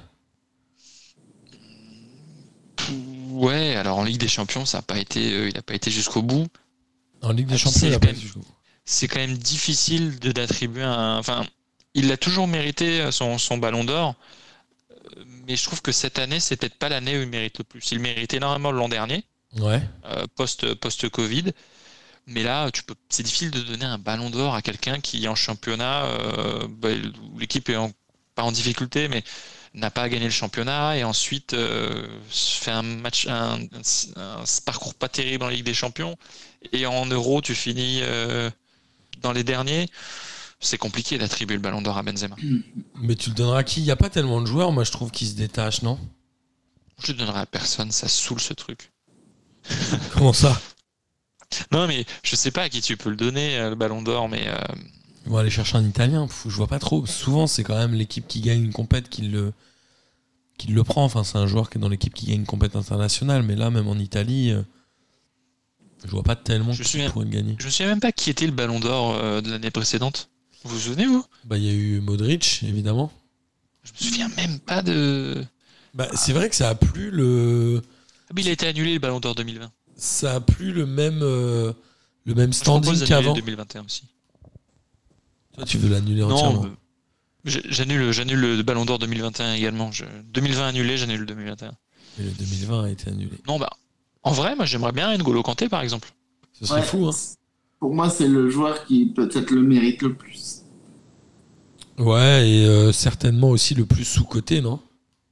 Ouais, alors en Ligue des Champions, ça a pas été, il n'a pas été jusqu'au bout. En Ligue des Champions, il a pas été jusqu'au bout. C'est quand même difficile d'attribuer Enfin, il a toujours mérité son Ballon d'Or, mais je trouve que cette année, c'est peut-être pas l'année où il mérite le plus. Il méritait énormément l'an dernier, post-Covid. Mais là, c'est difficile de donner un Ballon d'Or à quelqu'un qui, en championnat, où l'équipe est pas en difficulté, mais n'a pas gagné le championnat et ensuite fait un parcours pas terrible en Ligue des Champions. Et en Euro, tu finis dans les derniers. C'est compliqué d'attribuer le Ballon d'Or à Benzema. Mais tu le donneras à qui ? Il n'y a pas tellement de joueurs, moi, je trouve, qui se détachent, non ? Je le donnerai à personne, ça saoule ce truc. Comment ça ? Non, mais je sais pas à qui tu peux le donner, le Ballon d'Or, mais... Ils vont aller chercher un Italien, je vois pas trop. Souvent, c'est quand même l'équipe qui gagne une compète qui le prend. Enfin, c'est un joueur qui est dans l'équipe qui gagne une compète internationale, mais là, même en Italie, je vois pas tellement qui pourrait le gagner. Je me souviens même pas qui était le Ballon d'Or de l'année précédente. Vous vous souvenez, vous ? Il y a eu Modric, évidemment. Je me souviens même pas de... C'est vrai que ça a plus le... il a été annulé, le Ballon d'Or 2020. Ça a plus le même standing qu'avant. 2021 aussi. Toi, tu veux l'annuler entièrement ? J'annule le Ballon d'Or 2021 également. 2020 annulé, j'annule le 2021. Mais le 2020 a été annulé. Non, en vrai, moi, j'aimerais bien N'Golo Kanté, par exemple. Ce serait fou, hein. Pour moi, c'est le joueur qui peut-être le mérite le plus. Ouais, et certainement aussi le plus sous-coté, non ?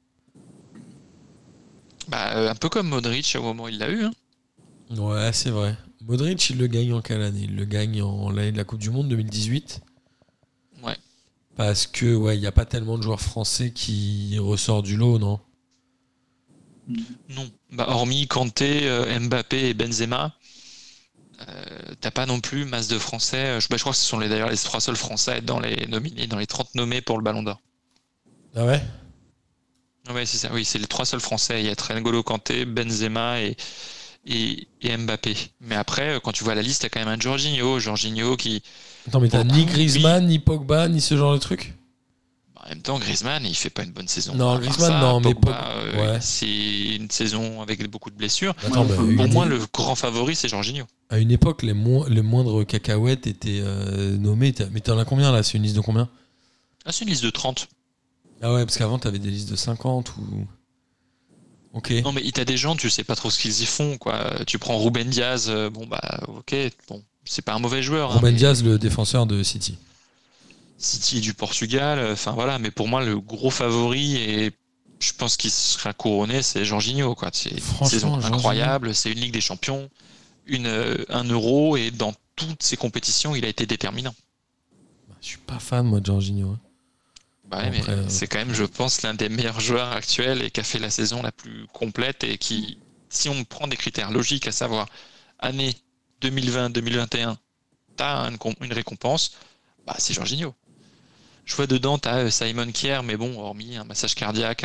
Un peu comme Modric au moment où il l'a eu. Hein. Ouais, c'est vrai. Modric, il le gagne en quelle année ? Il le gagne en l'année de la Coupe du Monde 2018. Ouais. Parce que il n'y a pas tellement de joueurs français qui ressortent du lot, non ? Non. Hormis Kanté, Mbappé et Benzema, t'as pas non plus masse de Français. Je crois que ce sont d'ailleurs les 3 seuls Français à être dans les nominés, dans les 30 nommés pour le Ballon d'Or. Ah ouais ? Ouais, c'est ça. Oui, c'est les 3 seuls Français. Il y a N'Golo Kanté, Benzema et Mbappé. Mais après, quand tu vois la liste, t'as quand même un Jorginho qui... Attends, mais t'as ni Griezmann, ni Pogba, ni ce genre de truc ? En même temps, Griezmann, il fait pas une bonne saison. Non, Griezmann, non, mais Pogba, c'est une saison avec beaucoup de blessures. Attends, pour moi, le grand favori, c'est Jorginho. À une époque, les moindres cacahuètes étaient nommés. Mais t'en as combien, là ? C'est une liste de combien ? C'est une liste de 30. Ah ouais, parce qu'avant, t'avais des listes de 50 ou... Ok. Non, mais t'as des gens, tu sais pas trop ce qu'ils y font, quoi. Tu prends Ruben Diaz, ok, c'est pas un mauvais joueur. Ruben Diaz, le défenseur de City. City du Portugal, mais pour moi, le gros favori, et je pense qu'il sera couronné, c'est Jorginho, quoi. C'est une saison incroyable, c'est une Ligue des Champions, un Euro, et dans toutes ces compétitions, il a été déterminant. Je suis pas fan, moi, de Jorginho. Mais c'est quand même, je pense, l'un des meilleurs joueurs actuels et qui a fait la saison la plus complète et qui, si on prend des critères logiques, à savoir année 2020-2021, t'as une récompense, c'est Jorginho. Je vois dedans, t'as Simon Kjær, mais bon, hormis un massage cardiaque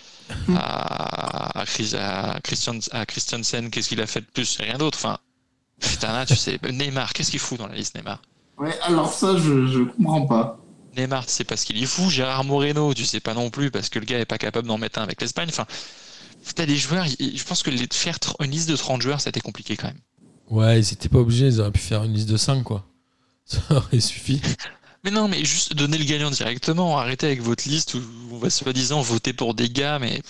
à Christensen, qu'est-ce qu'il a fait de plus ? Rien d'autre. Enfin, putain, là, tu sais, Neymar, qu'est-ce qu'il fout dans la liste, Neymar ? Ouais, alors ça, je comprends pas. Neymar, tu sais pas ce qu'il y fout. Gérard Moreno, tu sais pas non plus parce que le gars est pas capable d'en mettre un avec l'Espagne. Enfin, t'as des joueurs, je pense que faire une liste de 30 joueurs, ça a été compliqué quand même. Ouais, ils étaient pas obligés, ils auraient pu faire une liste de 5, quoi. Ça aurait suffi. Mais non, mais juste donner le gagnant directement. Arrêtez avec votre liste où on va soi-disant voter pour des gars, mais...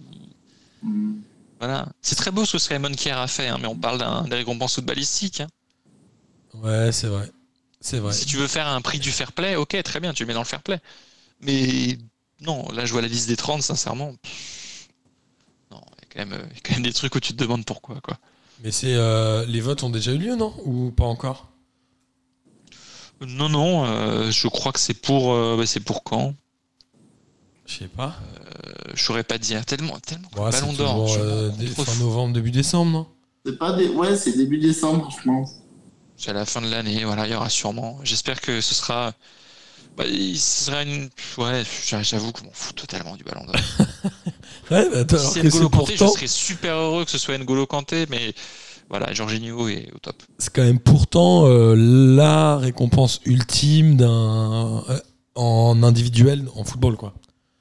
Voilà. C'est très beau ce que Simon Kjær a fait, mais on parle des récompenses footballistiques. Ouais, c'est vrai. C'est vrai. Si tu veux faire un prix du fair play, ok, très bien, tu le mets dans le fair play. Mais non, là je vois la liste des 30, sincèrement. Non, Il y a quand même des trucs où tu te demandes pourquoi, quoi. Mais les votes ont déjà eu lieu, non ? Ou pas encore ? Non, je crois que c'est pour quand ? Je sais pas. Je saurais pas dire. Tellement Ouais, Ballon c'est d'Or. toujours fin novembre, début décembre, non ? C'est début décembre, je pense. C'est à la fin de l'année, voilà, il y aura sûrement. J'espère que ce sera. Ce sera une. Ouais, j'avoue que je m'en fous totalement du Ballon d'Or. Ouais, bah, alors Si que N'Golo c'est Kanté, pourtant... je serais super heureux que ce soit N'Golo Kanté, mais voilà, Jorginho est au top. C'est quand même pourtant la récompense ultime en individuel en football, quoi.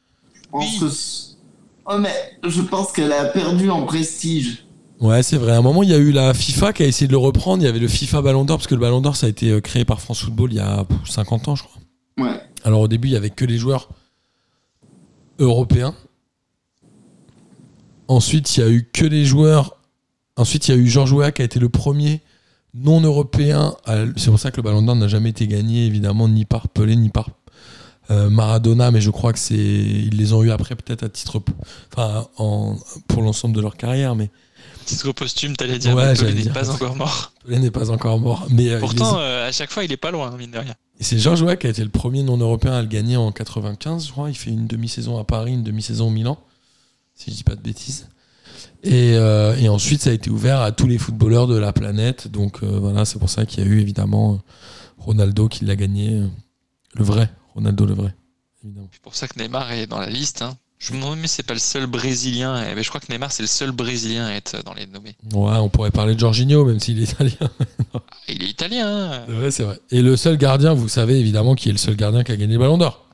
Je pense qu'elle a perdu en prestige. Ouais, c'est vrai. À un moment, il y a eu la FIFA qui a essayé de le reprendre. Il y avait le FIFA Ballon d'Or, parce que le Ballon d'Or, ça a été créé par France Football il y a 50 ans, je crois. Ouais. Alors au début, il y avait que les joueurs européens. Ensuite, il y a eu que les joueurs. Ensuite, il y a eu Georges Weah qui a été le premier non européen. C'est pour ça que le Ballon d'Or n'a jamais été gagné, évidemment, ni par Pelé, ni par Maradona, mais je crois que ils les ont eu après, peut-être à titre, pour l'ensemble de leur carrière, mais. Titre posthume, t'allais dire, ouais, Pelé n'est pas encore mort. Pelé n'est pas encore mort. Mais, pourtant, à chaque fois, il est pas loin, mine de rien. Et c'est Georges Weah qui a été le premier non-européen à le gagner en 95, je crois. Il fait une demi-saison à Paris, une demi-saison au Milan, si je dis pas de bêtises. Et ensuite, ça a été ouvert à tous les footballeurs de la planète. Donc voilà, c'est pour ça qu'il y a eu évidemment Ronaldo qui l'a gagné. Le vrai, Ronaldo le vrai, évidemment. C'est pour ça que Neymar est dans la liste, hein. Je me demande, mais c'est pas le seul Brésilien. Mais je crois que Neymar, c'est le seul Brésilien à être dans les nommés. Ouais, on pourrait parler de Jorginho, même s'il est italien. Il est italien. Ouais, c'est vrai. Et le seul gardien, vous savez évidemment qui est le seul gardien qui a gagné le Ballon d'Or.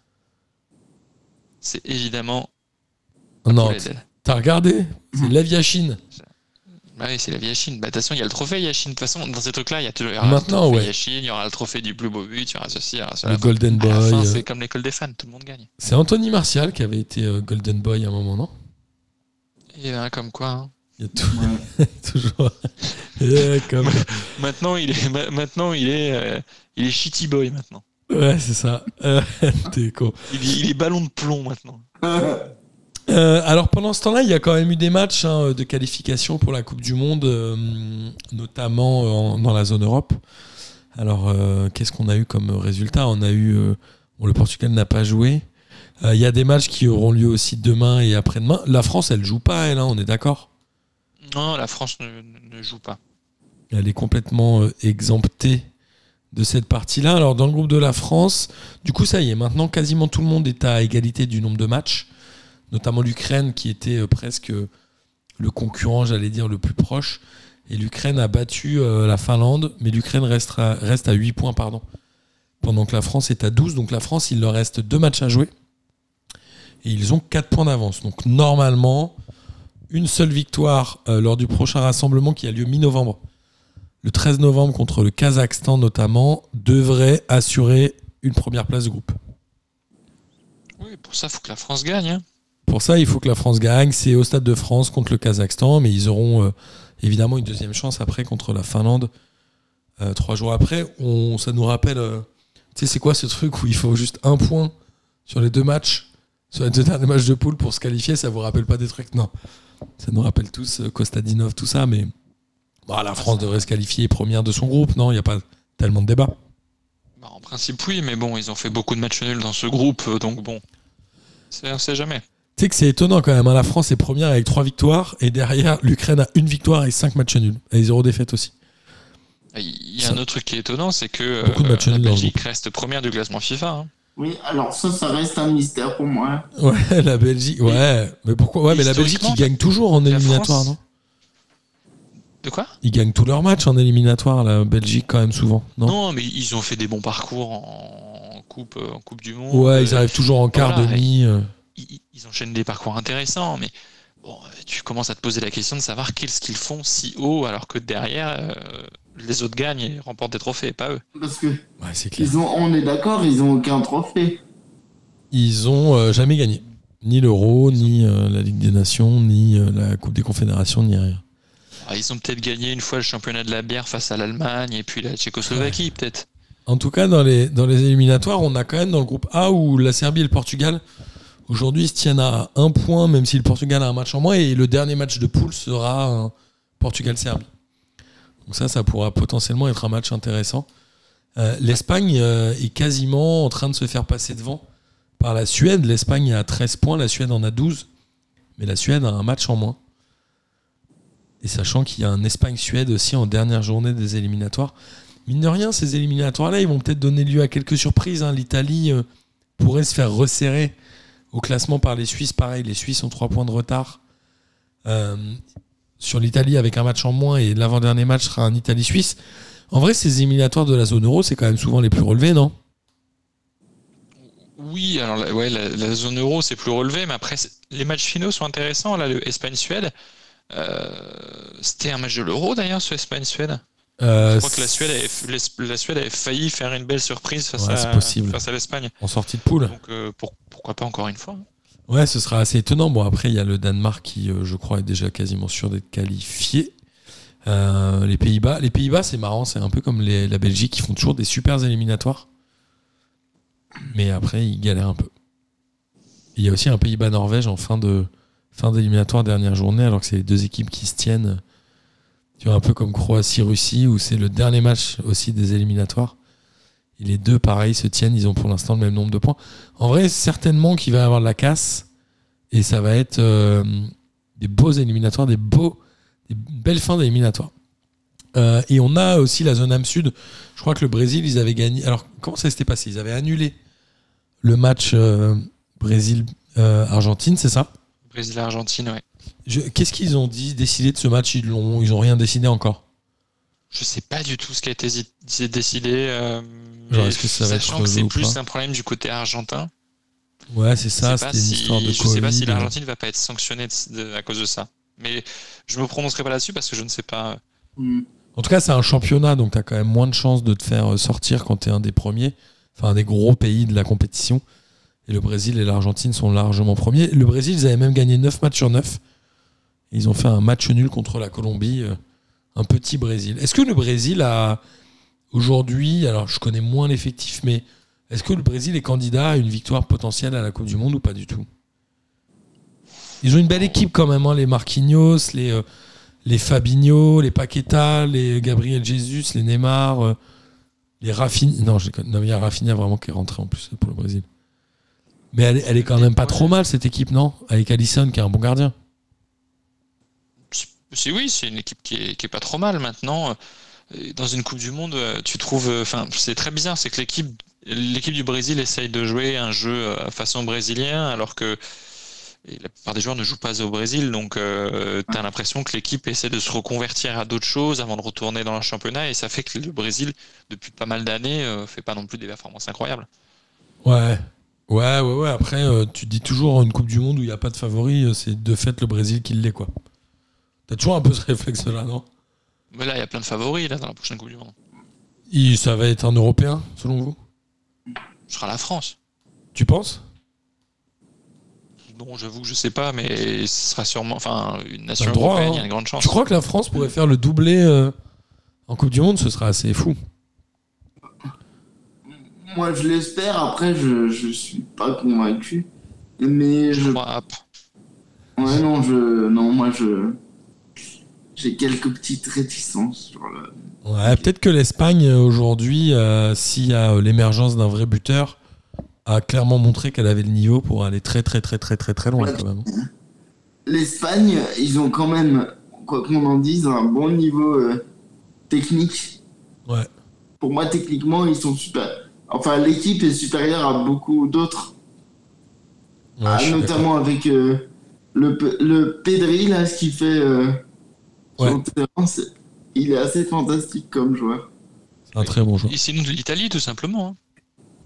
C'est évidemment. Non, t'as regardé ? C'est Lev Yachine. Bah oui, c'est la Yachine. Bah, de toute façon, il y a le trophée Yachine. De toute façon, dans ces trucs-là, il y aura maintenant, le trophée ouais. Yachine, il y aura le trophée du plus beau but, il y aura ceci, il y aura cela. Le Golden Boy. À la fin, c'est comme l'école des fans, tout le monde gagne. C'est Anthony Martial qui avait été Golden Boy à un moment, non ? Et comme quoi. Hein. Il y a toujours. Comme... Maintenant, il est Shitty Boy maintenant. Ouais, c'est ça. T'es con. Il est ballon de plomb maintenant. Alors pendant ce temps-là, il y a quand même eu des matchs de qualification pour la Coupe du Monde, notamment dans la zone Europe. Alors qu'est-ce qu'on a eu comme résultat ? On a eu le Portugal n'a pas joué. Il y a des matchs qui auront lieu aussi demain et après-demain. La France, elle joue pas, elle, on est d'accord ? Non, la France ne joue pas. Elle est complètement exemptée de cette partie-là. Alors dans le groupe de la France, du coup ça y est, maintenant quasiment tout le monde est à égalité du nombre de matchs. Notamment l'Ukraine qui était presque le concurrent, j'allais dire, le plus proche. Et l'Ukraine a battu la Finlande, mais l'Ukraine reste à 8 points, pendant que la France est à 12. Donc la France, il leur reste 2 matchs à jouer. Et ils ont 4 points d'avance. Donc normalement, une seule victoire lors du prochain rassemblement qui a lieu mi-novembre. Le 13 novembre contre le Kazakhstan notamment, devrait assurer une première place de groupe. Oui, pour ça, il faut que la France gagne. Hein. Pour ça, il faut que la France gagne. C'est au Stade de France contre le Kazakhstan, mais ils auront évidemment une deuxième chance après contre la Finlande 3 jours après. Ça nous rappelle, tu sais, c'est quoi ce truc où il faut juste 1 point sur les 2 matchs, sur les 2 derniers matchs de poule pour se qualifier? Ça vous rappelle pas des trucs? Non. Ça nous rappelle tous Kostadinov, tout ça, mais la France devrait se qualifier première de son groupe, non? Il n'y a pas tellement de débat. En principe, oui, mais bon, ils ont fait beaucoup de matchs nuls dans ce groupe, donc bon, on sait jamais. Tu sais que c'est étonnant quand même, la France est première avec 3 victoires, et derrière, l'Ukraine a 1 victoire et 5 matchs nuls, et 0 défaite aussi. Il y a un autre truc qui est étonnant, c'est que la Belgique reste première du classement FIFA. Hein. Oui, alors ça reste un mystère pour moi. Ouais, la Belgique, ouais. Mais pourquoi? Ouais, mais la Belgique, ils gagnent toujours en éliminatoire, France... non? De quoi? Ils gagnent tous leurs matchs en éliminatoire, la Belgique, quand même, souvent. Non, mais ils ont fait des bons parcours en coupe du Monde. Ouais, ils arrivent toujours en quart, demi. Ils enchaînent des parcours intéressants, mais bon, tu commences à te poser la question de savoir qu'est-ce qu'ils font si haut, alors que derrière, les autres gagnent et remportent des trophées, pas eux. Parce que c'est clair. on est d'accord, ils ont aucun trophée. Ils ont jamais gagné. Ni l'Euro, ni la Ligue des Nations, ni la Coupe des Confédérations, ni rien. Ils ont peut-être gagné une fois le championnat de la bière face à l'Allemagne et puis la Tchécoslovaquie, peut-être. En tout cas, dans les éliminatoires, on a quand même dans le groupe A où la Serbie et le Portugal Aujourd'hui, ils se tiennent à 1 point, même si le Portugal a un match en moins. Et le dernier match de poule sera Portugal-Serbie. Donc ça pourra potentiellement être un match intéressant. L'Espagne est quasiment en train de se faire passer devant par la Suède. L'Espagne a 13 points, la Suède en a 12. Mais la Suède a un match en moins. Et sachant qu'il y a un Espagne-Suède aussi en dernière journée des éliminatoires. Mine de rien, ces éliminatoires-là, ils vont peut-être donner lieu à quelques surprises. L'Italie pourrait se faire resserrer au classement par les Suisses. Pareil, les Suisses ont 3 points de retard sur l'Italie avec un match en moins. Et l'avant-dernier match sera un Italie-Suisse. En vrai, ces éliminatoires de la zone euro, c'est quand même souvent les plus relevés, non ? Oui, alors la zone euro, c'est plus relevé. Mais après, les matchs finaux sont intéressants. Là, le Espagne-Suède. C'était un match de l'Euro d'ailleurs, ce Espagne-Suède. Je crois que la Suède avait failli faire une belle surprise face à l'Espagne. En sortie de poule. Donc pourquoi pas encore une fois. Ouais, ce sera assez étonnant. Bon, après, il y a le Danemark qui, je crois, est déjà quasiment sûr d'être qualifié. Les Pays-Bas, c'est marrant. C'est un peu comme la Belgique, qui font toujours des super éliminatoires. Mais après, ils galèrent un peu. Il y a aussi un Pays-Bas-Norvège en fin d'éliminatoire, dernière journée, alors que c'est les deux équipes qui se tiennent. Tu vois, un peu comme Croatie-Russie, où c'est le dernier match aussi des éliminatoires. Et les deux, pareil, se tiennent. Ils ont pour l'instant le même nombre de points. En vrai, certainement qu'il va y avoir de la casse. Et ça va être des beaux éliminatoires, des belles fins d'éliminatoires. Et on a aussi la zone âme sud. Je crois que le Brésil, ils avaient gagné. Alors, comment ça s'était passé ? Ils avaient annulé le match Brésil-Argentine, c'est ça ? Brésil-Argentine, ouais. Qu'est-ce qu'ils ont décidé de ce match ? Ils ont rien décidé encore. Je sais pas du tout ce qui a été décidé. Est-ce que ça va sachant être que c'est ou plus pas un problème du côté argentin. Ouais, c'est ça. C'était une histoire de Covid. Je sais pas si l'Argentine va pas être sanctionnée à cause de ça. Mais je me prononcerai pas là-dessus parce que je ne sais pas. En tout cas, c'est un championnat, donc tu as quand même moins de chances de te faire sortir quand tu es un des premiers, enfin un des gros pays de la compétition. Et le Brésil et l'Argentine sont largement premiers. Le Brésil, ils avaient même gagné 9 matchs sur 9. Ils ont fait un match nul contre la Colombie. Un petit Brésil. Est-ce que le Brésil a aujourd'hui, alors je connais moins l'effectif, mais est-ce que le Brésil est candidat à une victoire potentielle à la Coupe du Monde ou pas du tout ? Ils ont une belle équipe quand même, les Marquinhos, les Fabinho, les Paqueta, les Gabriel Jesus, les Neymar, les Rafinha. Non, il y a Rafinha vraiment qui est rentré en plus pour le Brésil. Mais elle est quand même pas trop mal, cette équipe, non ? Avec Alisson, qui est un bon gardien. Oui, c'est une équipe qui est pas trop mal. Maintenant, dans une Coupe du Monde, tu trouves... c'est très bizarre, c'est que l'équipe du Brésil essaye de jouer un jeu façon brésilien, alors que la plupart des joueurs ne jouent pas au Brésil. Donc, tu as l'impression que l'équipe essaie de se reconvertir à d'autres choses avant de retourner dans leur championnat. Et ça fait que le Brésil, depuis pas mal d'années, fait pas non plus des performances incroyables. Ouais. Après, tu dis toujours une Coupe du Monde où il n'y a pas de favori, c'est de fait le Brésil qui l'est, quoi. T'as toujours un peu ce réflexe-là, non ? Mais là, il y a plein de favoris dans la prochaine Coupe du Monde. Ça va être un Européen, selon vous ? Ce sera la France. Tu penses ? Non, j'avoue que je sais pas, mais ce sera sûrement... une nation européenne, il y a une grande chance. Tu crois que la France pourrait faire le doublé en Coupe du Monde ? Ce serait assez fou. Moi, je l'espère. Après, je suis pas convaincu. Mais Ouais, moi, j'ai quelques petites réticences sur le... Ouais, peut-être que l'Espagne, aujourd'hui, s'il y a l'émergence d'un vrai buteur, a clairement montré qu'elle avait le niveau pour aller très, très, très, très, très, très loin, quand même. L'Espagne, ils ont quand même, quoi qu'on en dise, un bon niveau technique. Ouais. Pour moi, techniquement, ils sont super... Enfin, l'équipe est supérieure à beaucoup d'autres. Ouais, notamment avec le Pedri, là, ce qu'il fait sur le terrain, il est assez fantastique comme joueur. C'est un très bon joueur. Et c'est nous de l'Italie, tout simplement. Hein. L'Italie ?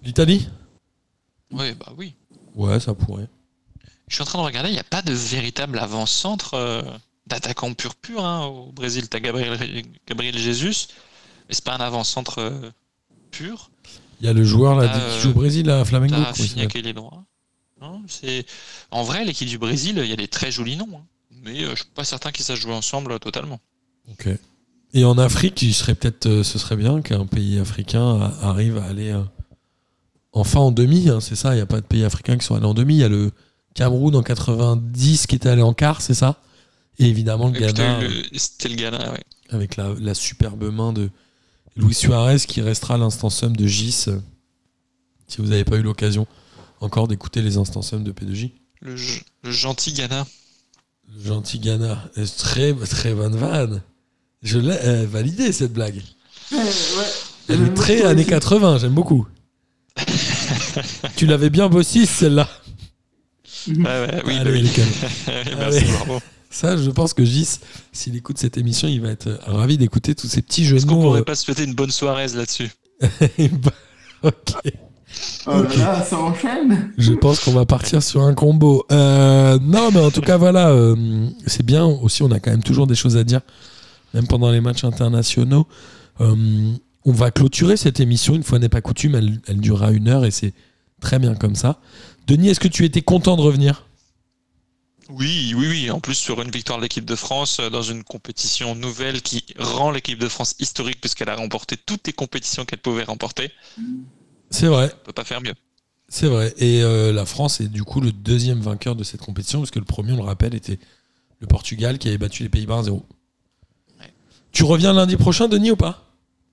Ouais, bah oui. Ouais, ça pourrait. Je suis en train de regarder, il n'y a pas de véritable avant-centre d'attaquant pur au Brésil. Tu as Gabriel Jesus, mais c'est pas un avant-centre pur. Il y a le joueur là, qui joue au Brésil à Flamengo. T'as Rafinha qui est les droits. Non, en vrai, l'équipe du Brésil, il y a des très jolis noms. Hein. Mais je suis pas certain qu'ils sachent jouer ensemble totalement. Ok. Et en Afrique, ce serait bien qu'un pays africain arrive à aller enfin en demi. Hein, c'est ça, il n'y a pas de pays africains qui sont allés en demi. Il y a le Cameroun en 90 qui était allé en quart, c'est ça? Et évidemment le Ghana. C'était le Ghana, oui. Avec la superbe main de Luis Suarez qui restera à l'instant sum de Gis. Si vous n'avez pas eu l'occasion encore d'écouter les instants sum de P2J. Le gentil Ghana. Le gentil Ghana. Très, très bonne vanne. Je l'ai validé cette blague. Ouais. Elle est très années 80, j'aime beaucoup. Tu l'avais bien bossé celle-là. Oui. Allez, Merci, bravo. Ça, je pense que Gis, s'il écoute cette émission, il va être ravi d'écouter tous ces petits jeux de mots. Est-ce qu'on pourrait pas se souhaiter une bonne soirée là-dessus? Ok. Oh là là, ça enchaîne. Je pense qu'on va partir sur un combo. Non, mais en tout cas, voilà. C'est bien aussi, on a quand même toujours des choses à dire, même pendant les matchs internationaux. On va clôturer cette émission, une fois n'est pas coutume, elle durera 1 heure et c'est très bien comme ça. Denis, est-ce que tu étais content de revenir ? Oui. En plus, sur une victoire de l'équipe de France dans une compétition nouvelle qui rend l'équipe de France historique puisqu'elle a remporté toutes les compétitions qu'elle pouvait remporter. C'est vrai. On peut pas faire mieux. C'est vrai. Et la France est du coup le 2e vainqueur de cette compétition parce que le premier, on le rappelle, était le Portugal qui avait battu les Pays-Bas 1-0. Ouais. Tu reviens lundi prochain, Denis, ou pas ?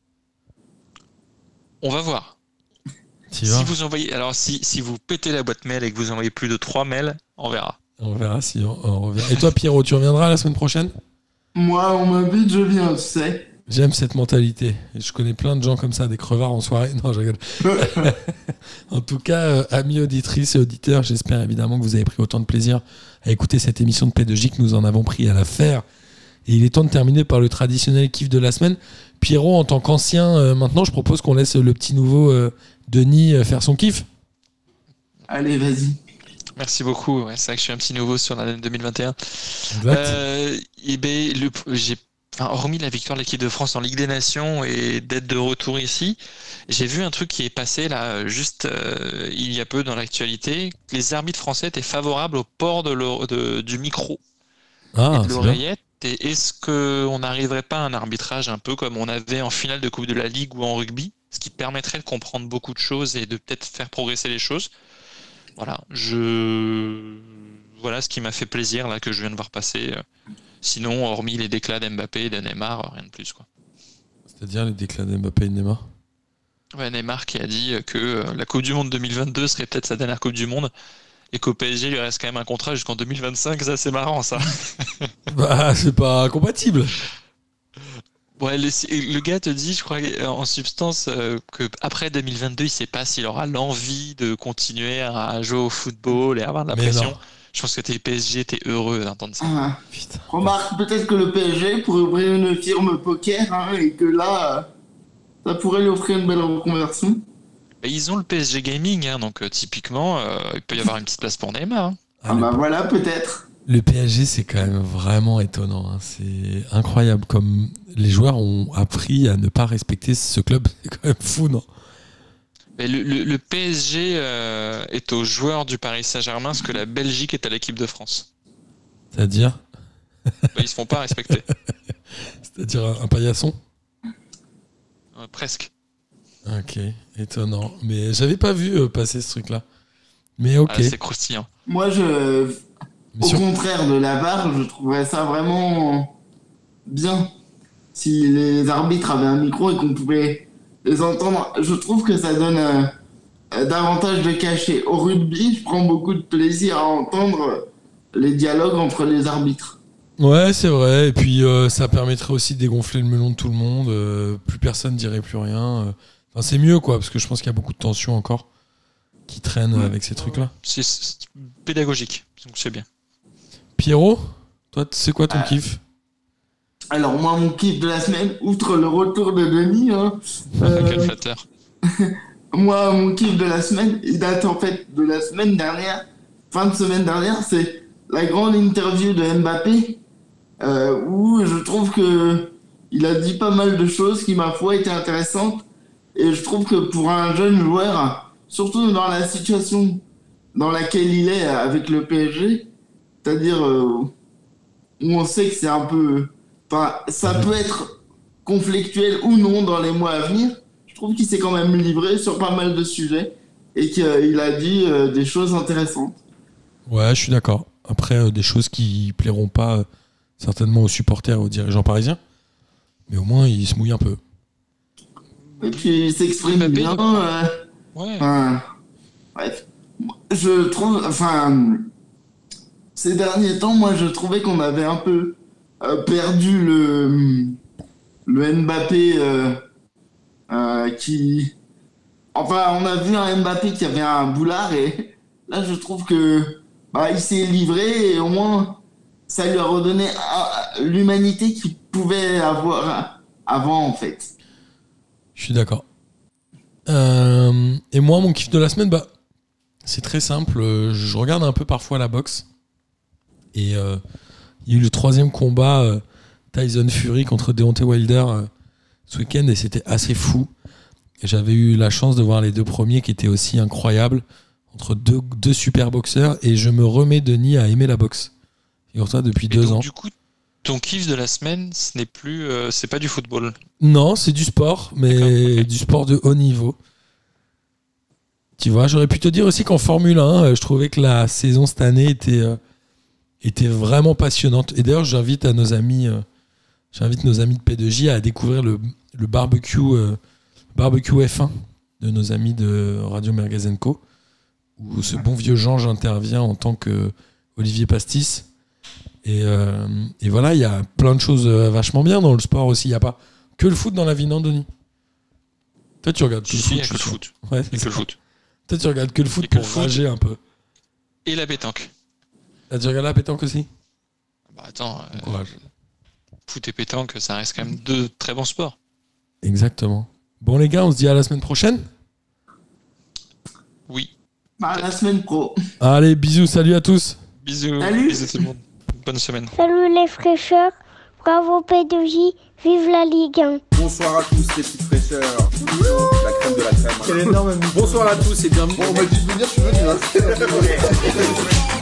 On va voir. Si vous envoyez, alors si vous pétez la boîte mail et que vous envoyez plus de 3 mails, on verra. On verra si on revient. Et toi, Pierrot, tu reviendras la semaine prochaine ? Moi, on m'invite, je viens, tu sais. J'aime cette mentalité. Et je connais plein de gens comme ça, des crevards en soirée. Non, je rigole. En tout cas, amis auditrices et auditeurs, j'espère évidemment que vous avez pris autant de plaisir à écouter cette émission de P2J que nous en avons pris à la faire. Et il est temps de terminer par le traditionnel kiff de la semaine. Pierrot, en tant qu'ancien, maintenant, je propose qu'on laisse le petit nouveau Denis faire son kiff. Allez, vas-y. Merci beaucoup. Ouais, c'est vrai que je suis un petit nouveau sur l'année 2021. Hormis la victoire de l'équipe de France en Ligue des Nations et d'être de retour ici, j'ai vu un truc qui est passé là, juste il y a peu dans l'actualité. Les arbitres français étaient favorables au port du micro et de l'oreillette. Et est-ce qu'on n'arriverait pas à un arbitrage un peu comme on avait en finale de Coupe de la Ligue ou en rugby, ce qui permettrait de comprendre beaucoup de choses et de peut-être faire progresser les choses. Voilà ce qui m'a fait plaisir là que je viens de voir passer. Sinon, hormis les déclats d'Mbappé et de Neymar, rien de plus, quoi. C'est-à-dire les déclats d'Mbappé et de Neymar ? Ouais, Neymar qui a dit que la Coupe du Monde 2022 serait peut-être sa dernière Coupe du Monde et qu'au PSG il lui reste quand même un contrat jusqu'en 2025. Ça, c'est marrant, ça. Bah, c'est pas compatible. Ouais, le gars te dit, je crois, en substance, qu'après 2022, il sait pas s'il aura l'envie de continuer à jouer au football et avoir de la pression. Non. Je pense que t'es PSG, t'es heureux d'entendre ça. Ah, putain. Remarque peut-être que le PSG pourrait ouvrir une firme poker et que là, ça pourrait lui offrir une belle reconversion. Et ils ont le PSG Gaming, donc typiquement, il peut y avoir une petite place pour Neymar. Voilà, peut-être. Le PSG, c'est quand même vraiment étonnant. C'est incroyable comme les joueurs ont appris à ne pas respecter ce club. C'est quand même fou, non ? Mais le PSG est aux joueurs du Paris Saint-Germain ce que la Belgique est à l'équipe de France. C'est-à-dire ? Ils se font pas respecter. C'est-à-dire un paillasson ? Presque. Ok, étonnant. Mais j'avais pas vu passer ce truc-là. Mais ok. C'est croustillant. Moi, au contraire de la VAR, je trouverais ça vraiment bien. Si les arbitres avaient un micro et qu'on pouvait les entendre, je trouve que ça donne davantage de cachet. Au rugby, je prends beaucoup de plaisir à entendre les dialogues entre les arbitres. Ouais, c'est vrai. Et puis, ça permettrait aussi de dégonfler le melon de tout le monde. Plus personne dirait plus rien. Enfin, c'est mieux, quoi, parce que je pense qu'il y a beaucoup de tensions encore qui traînent avec ces trucs-là. C'est pédagogique, donc c'est bien. Pierrot, toi, c'est quoi ton kiff ? Alors moi, mon kiff de la semaine, outre le retour de Denis, quel flatteur. Moi, mon kiff de la semaine, il date en fait de la semaine dernière, fin de semaine dernière, c'est la grande interview de Mbappé, où je trouve que il a dit pas mal de choses qui, ma foi, étaient intéressantes, et je trouve que pour un jeune joueur, surtout dans la situation dans laquelle il est avec le PSG, c'est-à-dire où on sait que c'est un peu... Enfin, ça peut être conflictuel ou non dans les mois à venir. Je trouve qu'il s'est quand même livré sur pas mal de sujets et qu'il a dit des choses intéressantes. Ouais, je suis d'accord. Après, des choses qui plairont pas certainement aux supporters et aux dirigeants parisiens. Mais au moins, ils se mouillent un peu. Et puis, il s'exprime bien. Ouais. Bref. Je trouve... Enfin... Ces derniers temps, moi, je trouvais qu'on avait un peu perdu le Mbappé qui... Enfin, on a vu un Mbappé qui avait un boulard et là, je trouve que il s'est livré et au moins, ça lui a redonné l'humanité qu'il pouvait avoir avant, en fait. Je suis d'accord. Et moi, mon kiff de la semaine, c'est très simple. Je regarde un peu parfois la boxe. Et il y a eu le 3e combat Tyson Fury contre Deontay Wilder ce week-end et c'était assez fou. Et j'avais eu la chance de voir les 2 premiers qui étaient aussi incroyables entre deux super boxeurs et je me remets, Denis, à aimer la boxe. Figure-toi, depuis 2 ans. Du coup, ton kiff de la semaine, ce n'est plus, c'est pas du football. Non, c'est du sport, mais du sport de haut niveau. Tu vois, j'aurais pu te dire aussi qu'en Formule 1, je trouvais que la saison cette année était vraiment passionnante. Et d'ailleurs, j'invite nos amis de P2J à découvrir le barbecue F1 de nos amis de Radio Mergazenco, où ce bon vieux Jean intervient en tant que Olivier Pastis. Et voilà, il y a plein de choses vachement bien dans le sport aussi. Il n'y a pas que le foot dans la vie, non, Denis? Toi, tu regardes que le foot. Il y a que le foot. Ouais, Il y a que le foot. Toi, tu regardes que le foot pour rager un peu. Et la pétanque. Ah, tu regardes la pétanque aussi? Attends, courage. Foot et pétanque, ça reste quand même 2 très bons sports. Exactement. Bon les gars, on se dit à la semaine prochaine? Oui. À la semaine pro. Allez, bisous, salut à tous. Bisous. Salut. Bisous tout le monde. Bonne semaine. Salut les fraîcheurs, bravo P2J, vive la Ligue 1. Bonsoir à tous les petites fraîcheurs. La crème de la crème. Quel énorme. Bonsoir à tous et bienvenue. Bon, on m'a dit de venir, je suis venu. Hein.